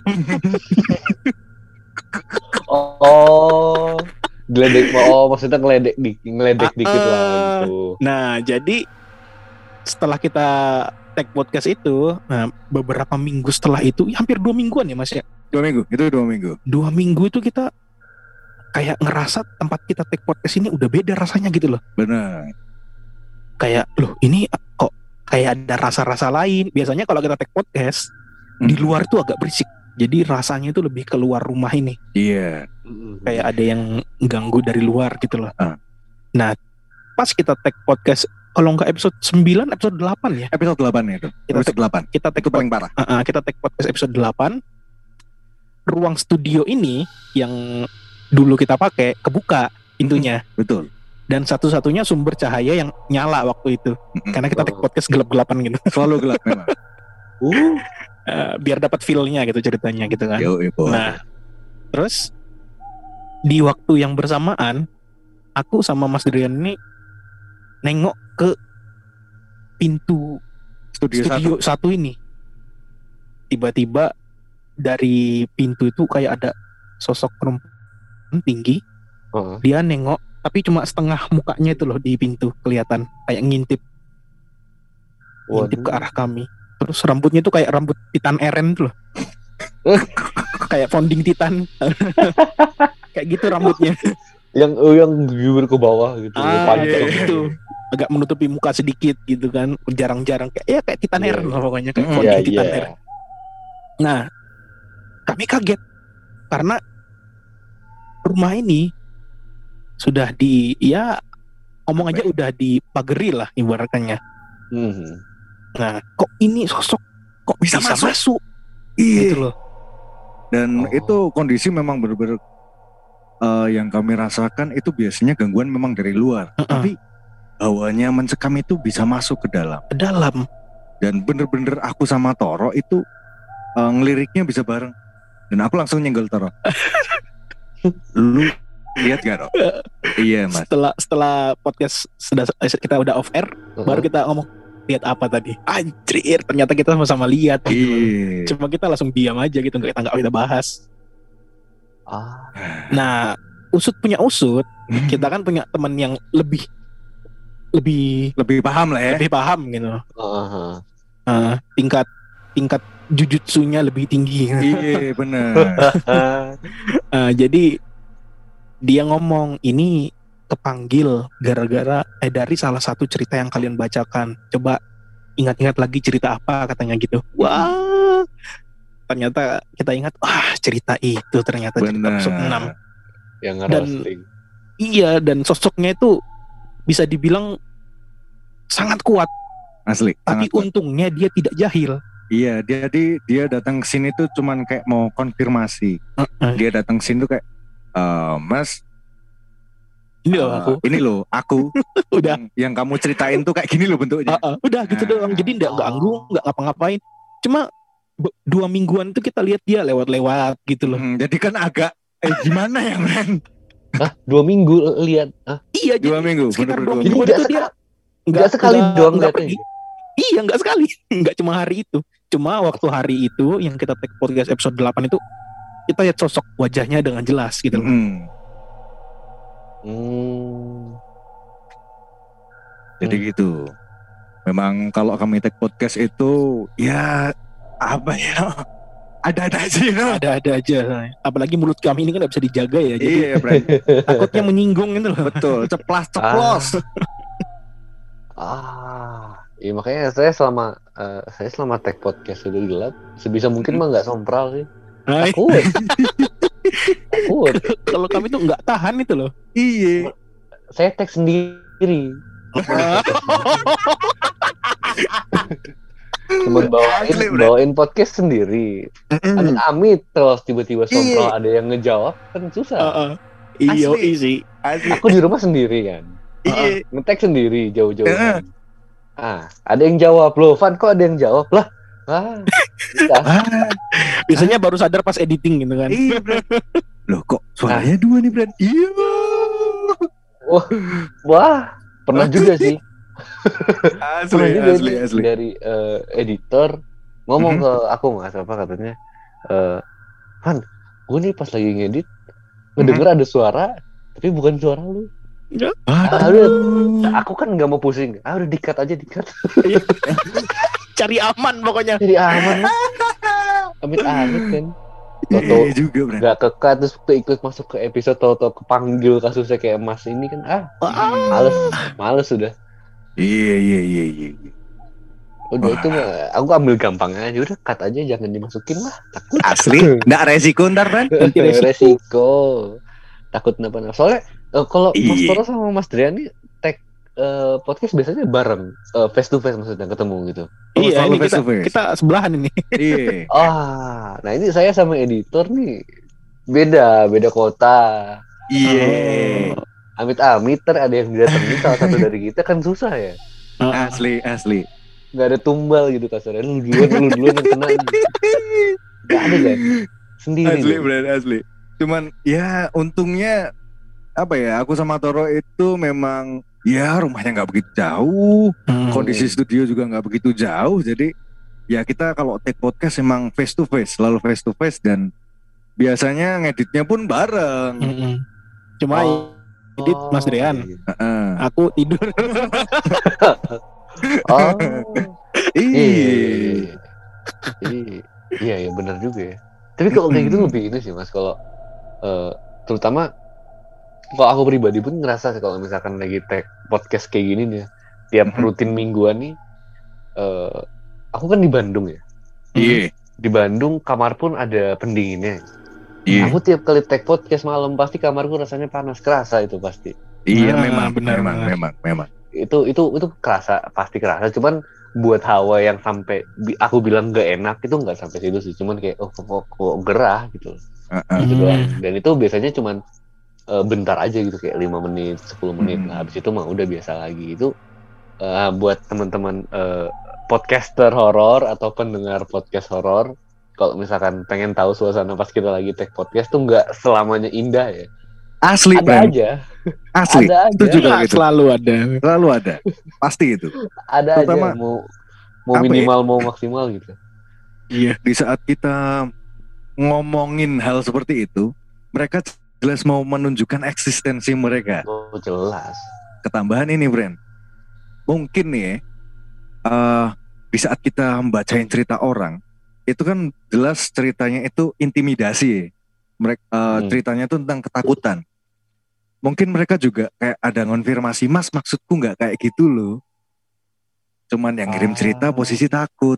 Oh, geledek, oh maksudnya ngeledek di, ngeledek dikit lah Ah, gitu. Nah, jadi setelah kita tag podcast itu, nah beberapa minggu setelah itu, hampir dua mingguan ya Mas ya. Dua minggu, itu dua minggu. Dua minggu itu kita kayak ngerasa tempat kita tag podcast ini udah beda rasanya gitu loh. Benar. Kayak loh ini kok kayak ada rasa-rasa lain. Biasanya kalau kita tag podcast di Mm. luar tuh agak berisik. Jadi rasanya itu lebih keluar rumah ini. Iya. Kayak ada yang ganggu dari luar gitu loh. Ah. Nah, pas kita tag podcast, kalau nggak episode sembilan, episode delapan ya. Episode delapan itu. Kita Episode delapan. Kita tag Itu paling parah. Uh, uh, kita tag podcast episode delapan. Ruang studio ini yang dulu kita pakai kebuka pintunya, Betul. dan satu-satunya sumber cahaya yang nyala waktu itu. Mm-mm. Karena kita tag podcast gelap-gelapan gitu. Selalu gelap memang. Uh, Uh, biar dapat feel-nya gitu ceritanya gitu kan. Yo, ibu. Nah, terus di waktu yang bersamaan aku sama Mas Drian ini nengok ke pintu Studio, studio satu. satu ini. Tiba-tiba dari pintu itu kayak ada sosok perempuan tinggi. uh, Dia nengok tapi cuma setengah mukanya itu loh di pintu kelihatan, kayak ngintip ngintip ke arah kami. Terus rambutnya itu kayak rambut Titan Eren tuh loh. Kayak founding Titan. Kayak gitu rambutnya. yang oh, yang giur ke bawah gitu, Ah, panjang. kayak gitu. Agak menutupi muka sedikit gitu kan. Jarang-jarang kayak ya kayak Titan Iya, Eren iya. lah pokoknya, kayak Mm, founding Iya, Titan iya. Eren. Nah, kami kaget karena rumah ini sudah di ya ngomong aja udah dipageri lah ibaratnya. Mhm. Nah, kok ini sosok kok bisa, Bisa masuk? masuk? Gitu Iya. loh. Dan Oh. itu kondisi memang benar-benar eh, yang kami rasakan itu biasanya gangguan memang dari luar. Uh-uh. Tapi hawanya mencekam itu bisa masuk ke dalam. Ke dalam. Dan bener-bener aku sama Toro itu eh, ngeliriknya bisa bareng. Dan aku langsung nyenggol Toro. Lu lihat gak, Ro? Iya, Mas. Setelah setelah podcast sudah kita udah off air, Uh-huh. baru kita ngomong lihat apa tadi. Anjir, ternyata kita sama-sama lihat gitu. Iya. Cuma kita langsung diam aja gitu, nggak kita nggak kita bahas. Ah, Nah, usut punya usut, kita kan punya teman yang lebih lebih Lebih paham lah ya. lebih paham gitu. uh-huh. Uh, tingkat tingkat jujutsunya lebih tinggi. Iya, bener. Uh, jadi dia ngomong ini kepanggil gara-gara eh dari salah satu cerita yang kalian bacakan. Coba ingat-ingat lagi cerita apa katanya gitu. Wah, ternyata kita ingat, wah cerita itu ternyata cerita Bener. episode enam. Yang ngerosting. Iya, dan sosoknya itu bisa dibilang sangat kuat. Asli. Tapi sangat kuat. untungnya dia tidak jahil. Iya, dia di, dia datang ke sini tuh cuman kayak mau konfirmasi. Uh-uh. Dia datang ke sini tuh kayak, "Eh, Mas, Ini loh eh, aku. ini loh aku Udah. yang, yang kamu ceritain tuh kayak gini loh bentuknya." Uh-uh, udah gitu Nah. doang. Jadi nggak ganggu, nggak ngapa-ngapain. Cuma be- dua mingguan itu kita lihat dia lewat-lewat gitu loh. Hmm, jadi kan agak eh gimana ya, men? Hah, dua minggu lihat. Hah? Iya, Dua jadi minggu, sekitar bener-bener dua dua Jadi mingguan nggak itu dia sekali, nggak sekali doang nggak lihatnya. pergi. Iya, nggak sekali. Nggak cuma hari itu. Cuma waktu hari itu yang kita take podcast episode delapan itu kita lihat sosok wajahnya dengan jelas gitu loh. Hmm, Hmm. jadi gitu. Memang kalau kami take podcast itu ya apa ya? Ada-ada aja, you know? Ada-ada aja. Apalagi mulut kami ini kan nggak bisa dijaga ya. Jadi Iya, Bray. takutnya menyinggung itu loh. Betul, ceplas ceplos. Ah, iya makanya saya selama eh, saya selama tag podcast Sudut Gelap sebisa mungkin mah nggak sompral sih. Hai. Takut, takut. Kalau kami tuh nggak tahan itu loh. Iya. Saya tag sendiri. Cuma bawain Asli, Bro. bawain podcast sendiri. Amit-amit terus tiba-tiba sompral ada yang ngejawab kan susah. Heeh. Iyo Asli. isi. Asli. Aku di rumah sendiri kan. Iya. Nge-tag sendiri jauh-jauh. Heeh. Ah, ada yang jawab loh, Van kok ada yang jawab lah. Ah, bisa. Ah, Biasanya baru sadar pas editing gitu kan. iya, Bro. Loh kok suaranya dua nih, Bran? Iya. Wah, wah, pernah juga sih. Asli, Pernah juga asli, ini asli. dari eh, editor ngomong Mhm. ke aku mas apa katanya, eh, Van, gue nih pas lagi ngedit ngedenger ada suara, tapi bukan suara lu. Ah, udah, aku kan nggak mau pusing. Ah udah dikat aja dikat. Cari aman pokoknya. Jadi aman lah. Amit-amit kan. Iya Toto juga, Bran. nggak kekat terus keikut masuk ke episode Toto kepanggil kasusnya kayak Mas ini kan ah males males sudah. Iya, iya, iya, iya. Udah Wah. itu mah aku ambil gampangnya aja udah cut aja jangan dimasukin lah takut Asli, nggak resiko ntar, Bran. Nanti resiko. resiko takut kenapa-napa soalnya eh, kalau Mas Iya. Toro sama Mas Drian nih tag eh, podcast biasanya bareng face to face maksudnya ketemu gitu. Oh, Iya, selalu ini face kita, to face. kita sebelahan ini. Iya. Ah nah ini saya sama editor nih beda beda kota Iya. amit-amit ter ada yang didatengin salah satu dari kita kan susah ya Asli, asli. nggak ada tumbal gitu kasarnya lu duluan lu duluan yang kena nggak ada kan sendiri Asli, dong. Bran, asli. Cuman ya untungnya apa ya? Aku sama Toro itu memang ya rumahnya nggak begitu jauh, Hmm. kondisi studio juga nggak begitu jauh. Jadi ya kita kalau take podcast emang face to face, selalu face to face dan biasanya ngeditnya pun bareng. Mm-mm. Cuma Oh. edit Mas Drian. iya. Heeh. Aku tidur. Oh Iya. iya jadi iya ya benar juga ya tapi kalau kayak gitu Mm. lebih ini sih mas kalau eh, terutama kalau aku pribadi pun ngerasa sih kalau misalkan lagi tag podcast kayak gini nih ya, tiap Mhm. rutin mingguan nih eh, aku kan di Bandung ya Iya. di Bandung kamar pun ada pendinginnya Iya. aku tiap kali tag podcast malam pasti kamarku rasanya panas kerasa itu pasti Iya, Ah, memang, benar, memang, benar. memang, memang. itu itu itu kerasa pasti kerasa cuman buat hawa yang sampai bi- aku bilang gak enak itu nggak sampai situ sih cuman kayak oh kok, kok, kok gerah gitu Heeh. gitu Hmm. doang dan itu biasanya cuman eh, bentar aja gitu kayak lima menit sepuluh menit Hmm. lah habis itu mah udah biasa lagi itu eh, buat teman-teman eh, podcaster horor atau pendengar podcast horor kalau misalkan pengen tahu suasana pas kita lagi take podcast tuh nggak selamanya indah ya Asli, ada Bran. aja Asli. ada aja. Itu juga Nah, gitu. selalu ada. Selalu ada. Pasti itu. ada Terutama- aja mau mau apa ya? minimal mau maksimal gitu Iya. Di saat kita ngomongin hal seperti itu, mereka jelas mau menunjukkan eksistensi mereka. oh jelas Ketambahan ini, Bran. Mungkin nih ya, eh, di saat kita membacain cerita orang, itu kan jelas ceritanya itu intimidasi. Mereka Hmm. ceritanya itu tentang ketakutan. Mungkin mereka juga kayak ada ngonfirmasi, Mas maksudku nggak kayak gitu loh. Cuman yang ngirim cerita Ah. posisi takut.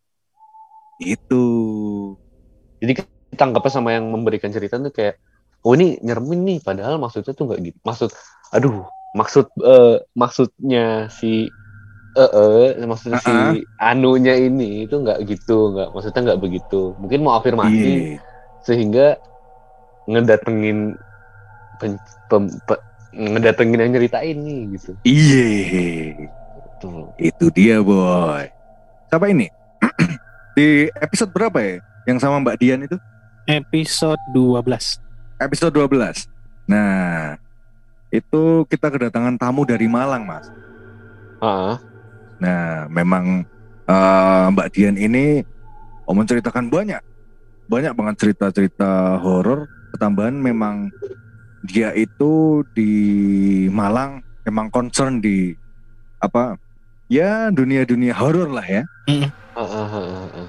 Itu. jadi kita anggapnya sama yang memberikan cerita tuh kayak oh ini nyeremin nih padahal maksudnya tuh nggak gitu maksud aduh maksud eh, maksudnya si eh eh, maksudnya Uh-uh. si anunya ini itu nggak gitu nggak maksudnya nggak begitu mungkin mau afirmasi Iya. sehingga ngedatengin pen, pem- pe- ngedatengin yang nyeritain nih gitu Iya. tuh Itu dia, boy. Siapa ini? Di episode berapa ya? Yang sama Mbak Dian itu? Episode dua belas. Episode dua belas. Nah, itu kita kedatangan tamu dari Malang, Mas. ah Nah, memang eh, Mbak Dian ini oh, menceritakan banyak, banyak banget cerita-cerita horor. Ketambahan memang dia itu di Malang memang concern di apa? Ya dunia-dunia horor lah ya. ah, ah, ah, ah, ah.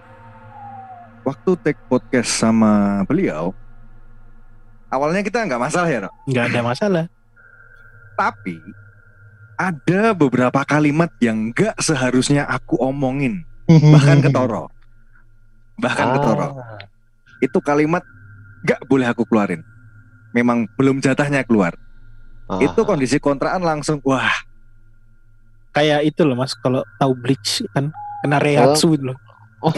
Waktu take podcast sama beliau, awalnya kita nggak masalah ya, Rok. Nggak ada masalah. Tapi ada beberapa kalimat yang gak seharusnya aku omongin, bahkan ke Toro, bahkan ke Toro. Ah. Itu kalimat gak boleh aku keluarin. Memang belum jatahnya keluar. Ah. Itu kondisi kontrakan langsung wah. Kayak itu loh Mas, kalau tahu Bleach kan kena Reihatsu itu loh. Oh.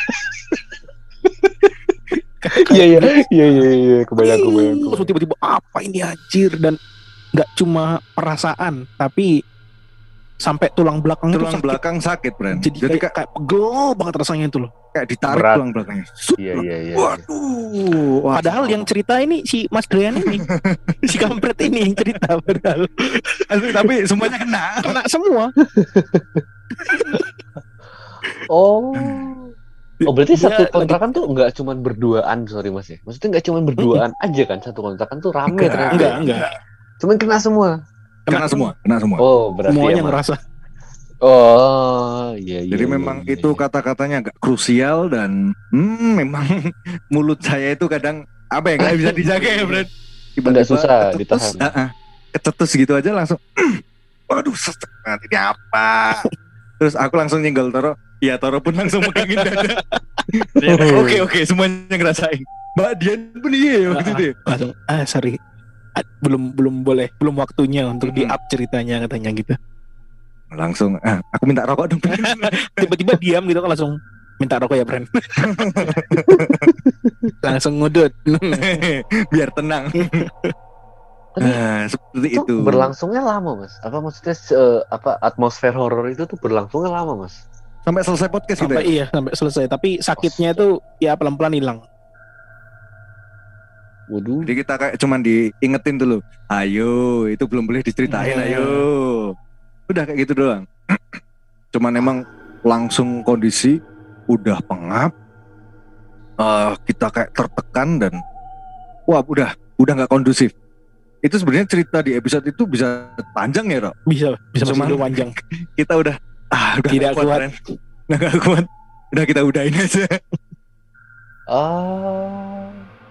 Iya iya iya iya iya kebayang kebayang. Terus tiba-tiba apa ini anjir, dan nggak cuma perasaan tapi sampai tulang belakang itu Tulang sakit. belakang sakit, Bren. Jadi, Jadi kayak, kayak, kayak pegel banget rasanya itu loh. kayak ditarik Berat. tulang belakangnya. Iya iya iya. Waduh. Wah, Padahal yang cerita ini si Mas Drian ini, si kampret ini yang cerita padahal. tapi semuanya kena. Kena semua. Oh. Oh berarti Dia satu lagi- kontrakan tuh nggak cuma berduaan, sorry mas ya. Maksudnya nggak cuma berduaan aja kan, satu kontrakan tuh rame Enggak, ternyata. Enggak, enggak. Cuman kena semua. Kena semua, kena semua. Oh berarti Semuanya emang. ngerasa. Oh iya iya. Jadi iya, memang iya, itu iya. kata-katanya agak krusial dan hmm, memang mulut saya itu kadang apa ya nggak bisa dijaga ya, Bren. Agak susah kecetus, ditahan. uh, uh, kecetus gitu aja langsung. Waduh, sesek banget ini apa? Terus aku langsung nyenggol Toro. Ya Toro pun langsung megangin dada. Oke oke semuanya ngerasain. Mbak Dian pun iya ya waktu itu. ya? Langsung ah sorry. Ah, belum belum boleh, belum waktunya untuk Mm-mm. di-up ceritanya katanya gitu. Langsung ah, aku minta rokok dong. Tiba-tiba diam gitu kan, langsung minta rokok ya, Bren. Langsung ngudut. Biar tenang. Tapi Nah, seperti itu, itu. berlangsungnya lama mas. Apa maksudnya se- apa atmosfer horor itu tuh berlangsungnya lama mas. Sampai selesai podcast kita. Sampai ya? iya, sampai selesai. Tapi sakitnya itu ya pelan-pelan hilang. Waduh. Jadi kita kayak cuman diingetin dulu. Ayo, itu belum boleh diceritain, Nah. ayo. Udah kayak gitu doang. Cuman emang langsung kondisi udah pengap. Eh, kita kayak tertekan dan wah, udah udah nggak kondusif. Itu sebenarnya cerita di episode itu bisa panjang ya, Rok. Bisa bisa Cuman- masih panjang. Kita udah ah udah Tidak nggak kuat. Ren. Udah nggak kuat. Udah kita udahin aja. Ah.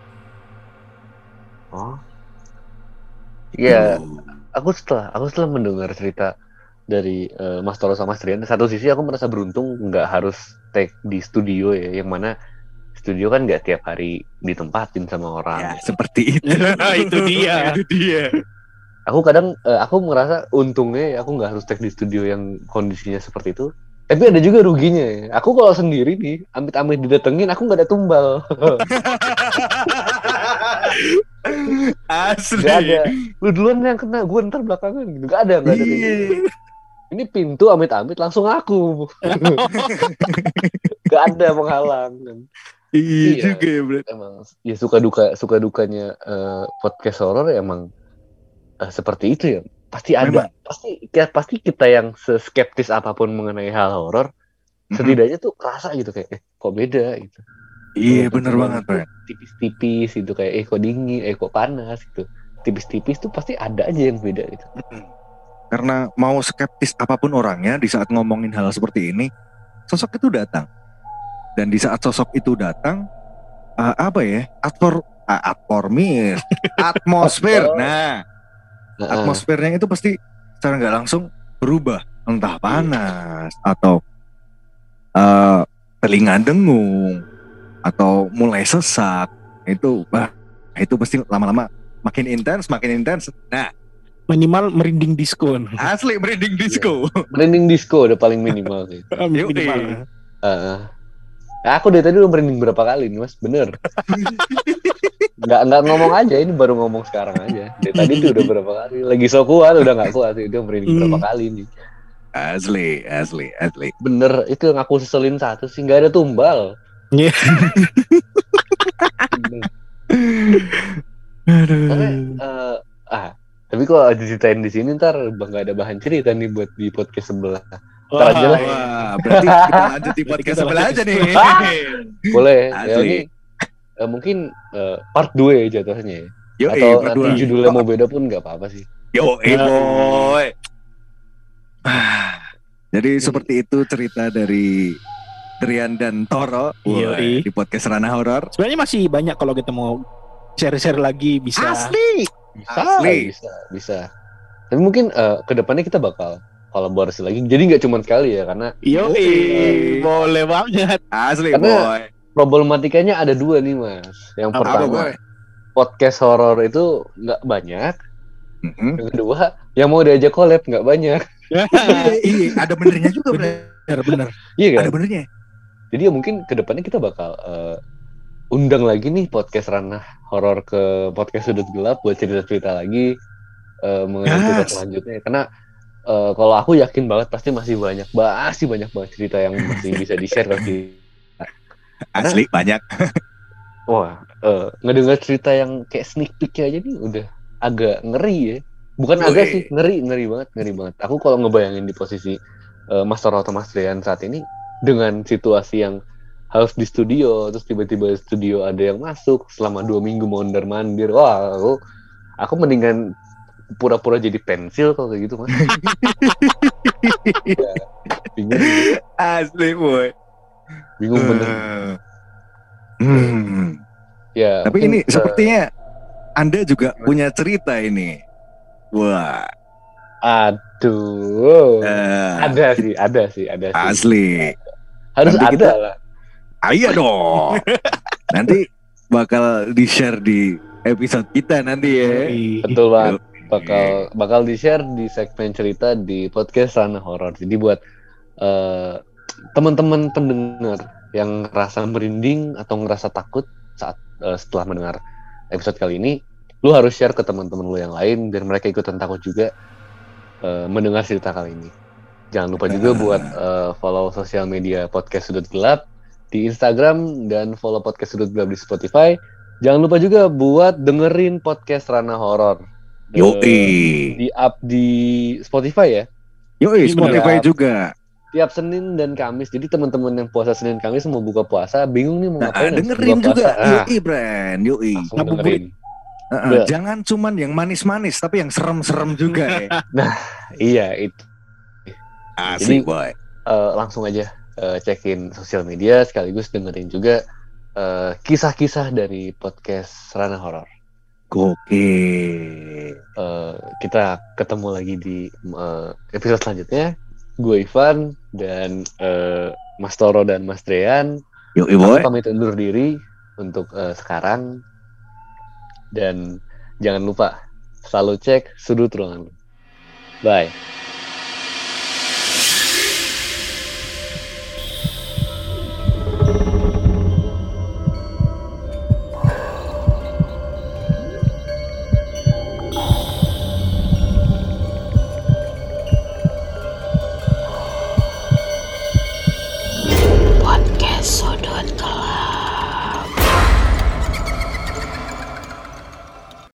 Oh. Iya, aku setelah aku setelah mendengar cerita dari eh, Mas Toro sama Mas Rian, satu sisi aku merasa beruntung nggak harus take di studio ya, yang mana studio kan nggak tiap hari ditempatin sama orang. Ya, seperti itu. Itu dia. Itu dia. Aku kadang eh, aku merasa untungnya ya, aku nggak harus take di studio yang kondisinya seperti itu. Tapi ada juga ruginya ya. Aku kalau sendiri nih, amit-amit didatengin, aku nggak ada tumbal. Asli. Gak ada. Lu duluan yang kena, gue ntar belakangan gitu. Gak ada, gak ada. kayak gitu. Iya. Ini pintu amit-amit langsung aku. Gak ada penghalang. Iya Iya. juga ya, Bro. Emang ya suka duka suka dukanya eh, podcast horor ya emang eh, seperti itu ya. Pasti ada. Memang. Pasti ya, pasti kita yang seskeptis apapun mengenai hal horor, setidaknya tuh kerasa gitu kayak eh, kok beda gitu. Iya, Belum bener tentu banget, Bro. Tipis-tipis gitu kayak eh kok dingin, eh kok panas gitu. Tipis-tipis tuh pasti ada aja yang beda gitu. Karena mau skeptis apapun orangnya di saat ngomongin hal seperti ini, sosok itu datang. Dan di saat sosok itu datang, uh, apa ya? Atmor, uh, atmormis, atmosfer. Nah, Nah, atmosfernya itu pasti secara nggak langsung berubah, entah panas atau uh, telinga dengung atau mulai sesak. Itu, bah, itu pasti lama-lama makin intens, makin intens. Nah, Minimal merinding disco. asli merinding disco. merinding disco udah paling minimal sih. Minimal. Heeh. Nah, aku dari tadi udah merinding berapa kali nih mas, bener. Nggak nggak ngomong aja, ini baru ngomong sekarang aja. Dari tadi tuh udah berapa kali, lagi so kuat udah nggak kuat, udah merinding berapa kali nih. Asli, asli, asli. Bener, itu yang aku seselin satu sih, nggak ada tumbal. Iya. Bener. Aduh. Tapi, eh, ah, tapi kalau diceritain di sini ntar nggak ada bahan cerita nih buat di podcast sebelah. Ntar aja lah. Wah, berarti kita lanjut di podcast Kita sebelah lanjut aja nih. Boleh, ya Asli. ini eh, mungkin eh, part dua ya jatuhnya ya. Yo, Atau eh, nanti berdua. judulnya mau beda pun nggak apa-apa sih. Yo, eh, boy. Ah, Jadi seperti itu cerita dari Trian dan Toro Iya, Wah, iya. di podcast Ranah Horor. Sebenarnya masih banyak kalau kita mau share-share lagi bisa. Asli. Bisa, Asli. bisa, bisa. Tapi mungkin uh, kedepannya kita bakal kolaborasi lagi. Jadi nggak cuma sekali ya, karena Yo, Yoi. boleh banget. Asli Karena- boy. problematikanya ada dua nih mas. Yang Apa, pertama boy? podcast horor itu nggak banyak. Mhm. Yang kedua yang mau diajak collab nggak banyak. iya, iya, ada benernya juga, Bre. Bener-bener. Iya kan? Ada benernya. Jadi ya mungkin kedepannya kita bakal uh, undang lagi nih podcast ranah horor ke podcast sudut gelap buat cerita-cerita lagi uh, mengenai Yes. cerita selanjutnya. Karena uh, kalau aku yakin banget pasti masih banyak, masih banyak banget cerita yang masih bisa di-share ke kita. Asli banyak. Wah, uh, ngedengar cerita yang kayak sneak peek aja nih udah agak ngeri ya. Bukan Yoi. agak sih, ngeri, ngeri banget, ngeri banget. Aku kalau ngebayangin di posisi uh, Mas Toro atau Mas Rian saat ini dengan situasi yang harus di studio, terus tiba-tiba di studio ada yang masuk selama dua minggu mondar-mandir. Wah, aku, aku mendingan pura-pura jadi pensil kalau kayak gitu, Mas. Ya, bingung, Asli boy. bingung bener. Eh, Hmm. Ya, Tapi mungkin, ini uh, sepertinya Anda juga punya cerita ini. Wah, aduh. eh, Ada sih, ada sih, ada sih. asli. Harus Nanti ada kita- lah. Ah, iya dong. Nanti bakal di-share di episode kita nanti ya. Betul banget. Yuk. Bakal bakal di-share di segmen cerita di podcast Ranah Horor. Jadi buat eh, teman-teman pendengar yang ngerasa merinding atau ngerasa takut saat eh, setelah mendengar episode kali ini, lu harus share ke teman-teman lu yang lain biar mereka ikutan takut juga eh, mendengar cerita kali ini. Jangan lupa juga buat eh, follow sosial media podcast Sudut Gelap di Instagram dan follow podcast Sudut Gelap di Spotify. Jangan lupa juga buat dengerin podcast Ranah Horor. Eh, Yoi. di up di Spotify ya. Yoi, Ini Spotify bener. juga. Tiap Senin dan Kamis. Jadi teman-teman yang puasa Senin Kamis mau buka puasa, bingung nih mau Nah, ngapain habis dengerin buka juga. puasa. Ah, Yoi, Bran. Yoi. langsung Ngabuburit. dengerin. Uh-uh, Udah. Jangan cuman yang manis-manis, tapi yang serem-serem juga ya. Iya, itu. Asik, Jadi- boy. Eh, langsung aja eh, cekin sosial media sekaligus dengerin juga eh, kisah-kisah dari podcast Ranah Horor. Gokil. Eh, kita ketemu lagi di eh, episode selanjutnya. Gue Ivan dan eh, Mas Toro dan Mas Drean. Yoi, Aku boy. pamit undur diri untuk eh, sekarang. Dan jangan lupa selalu cek sudut ruangan. Bye.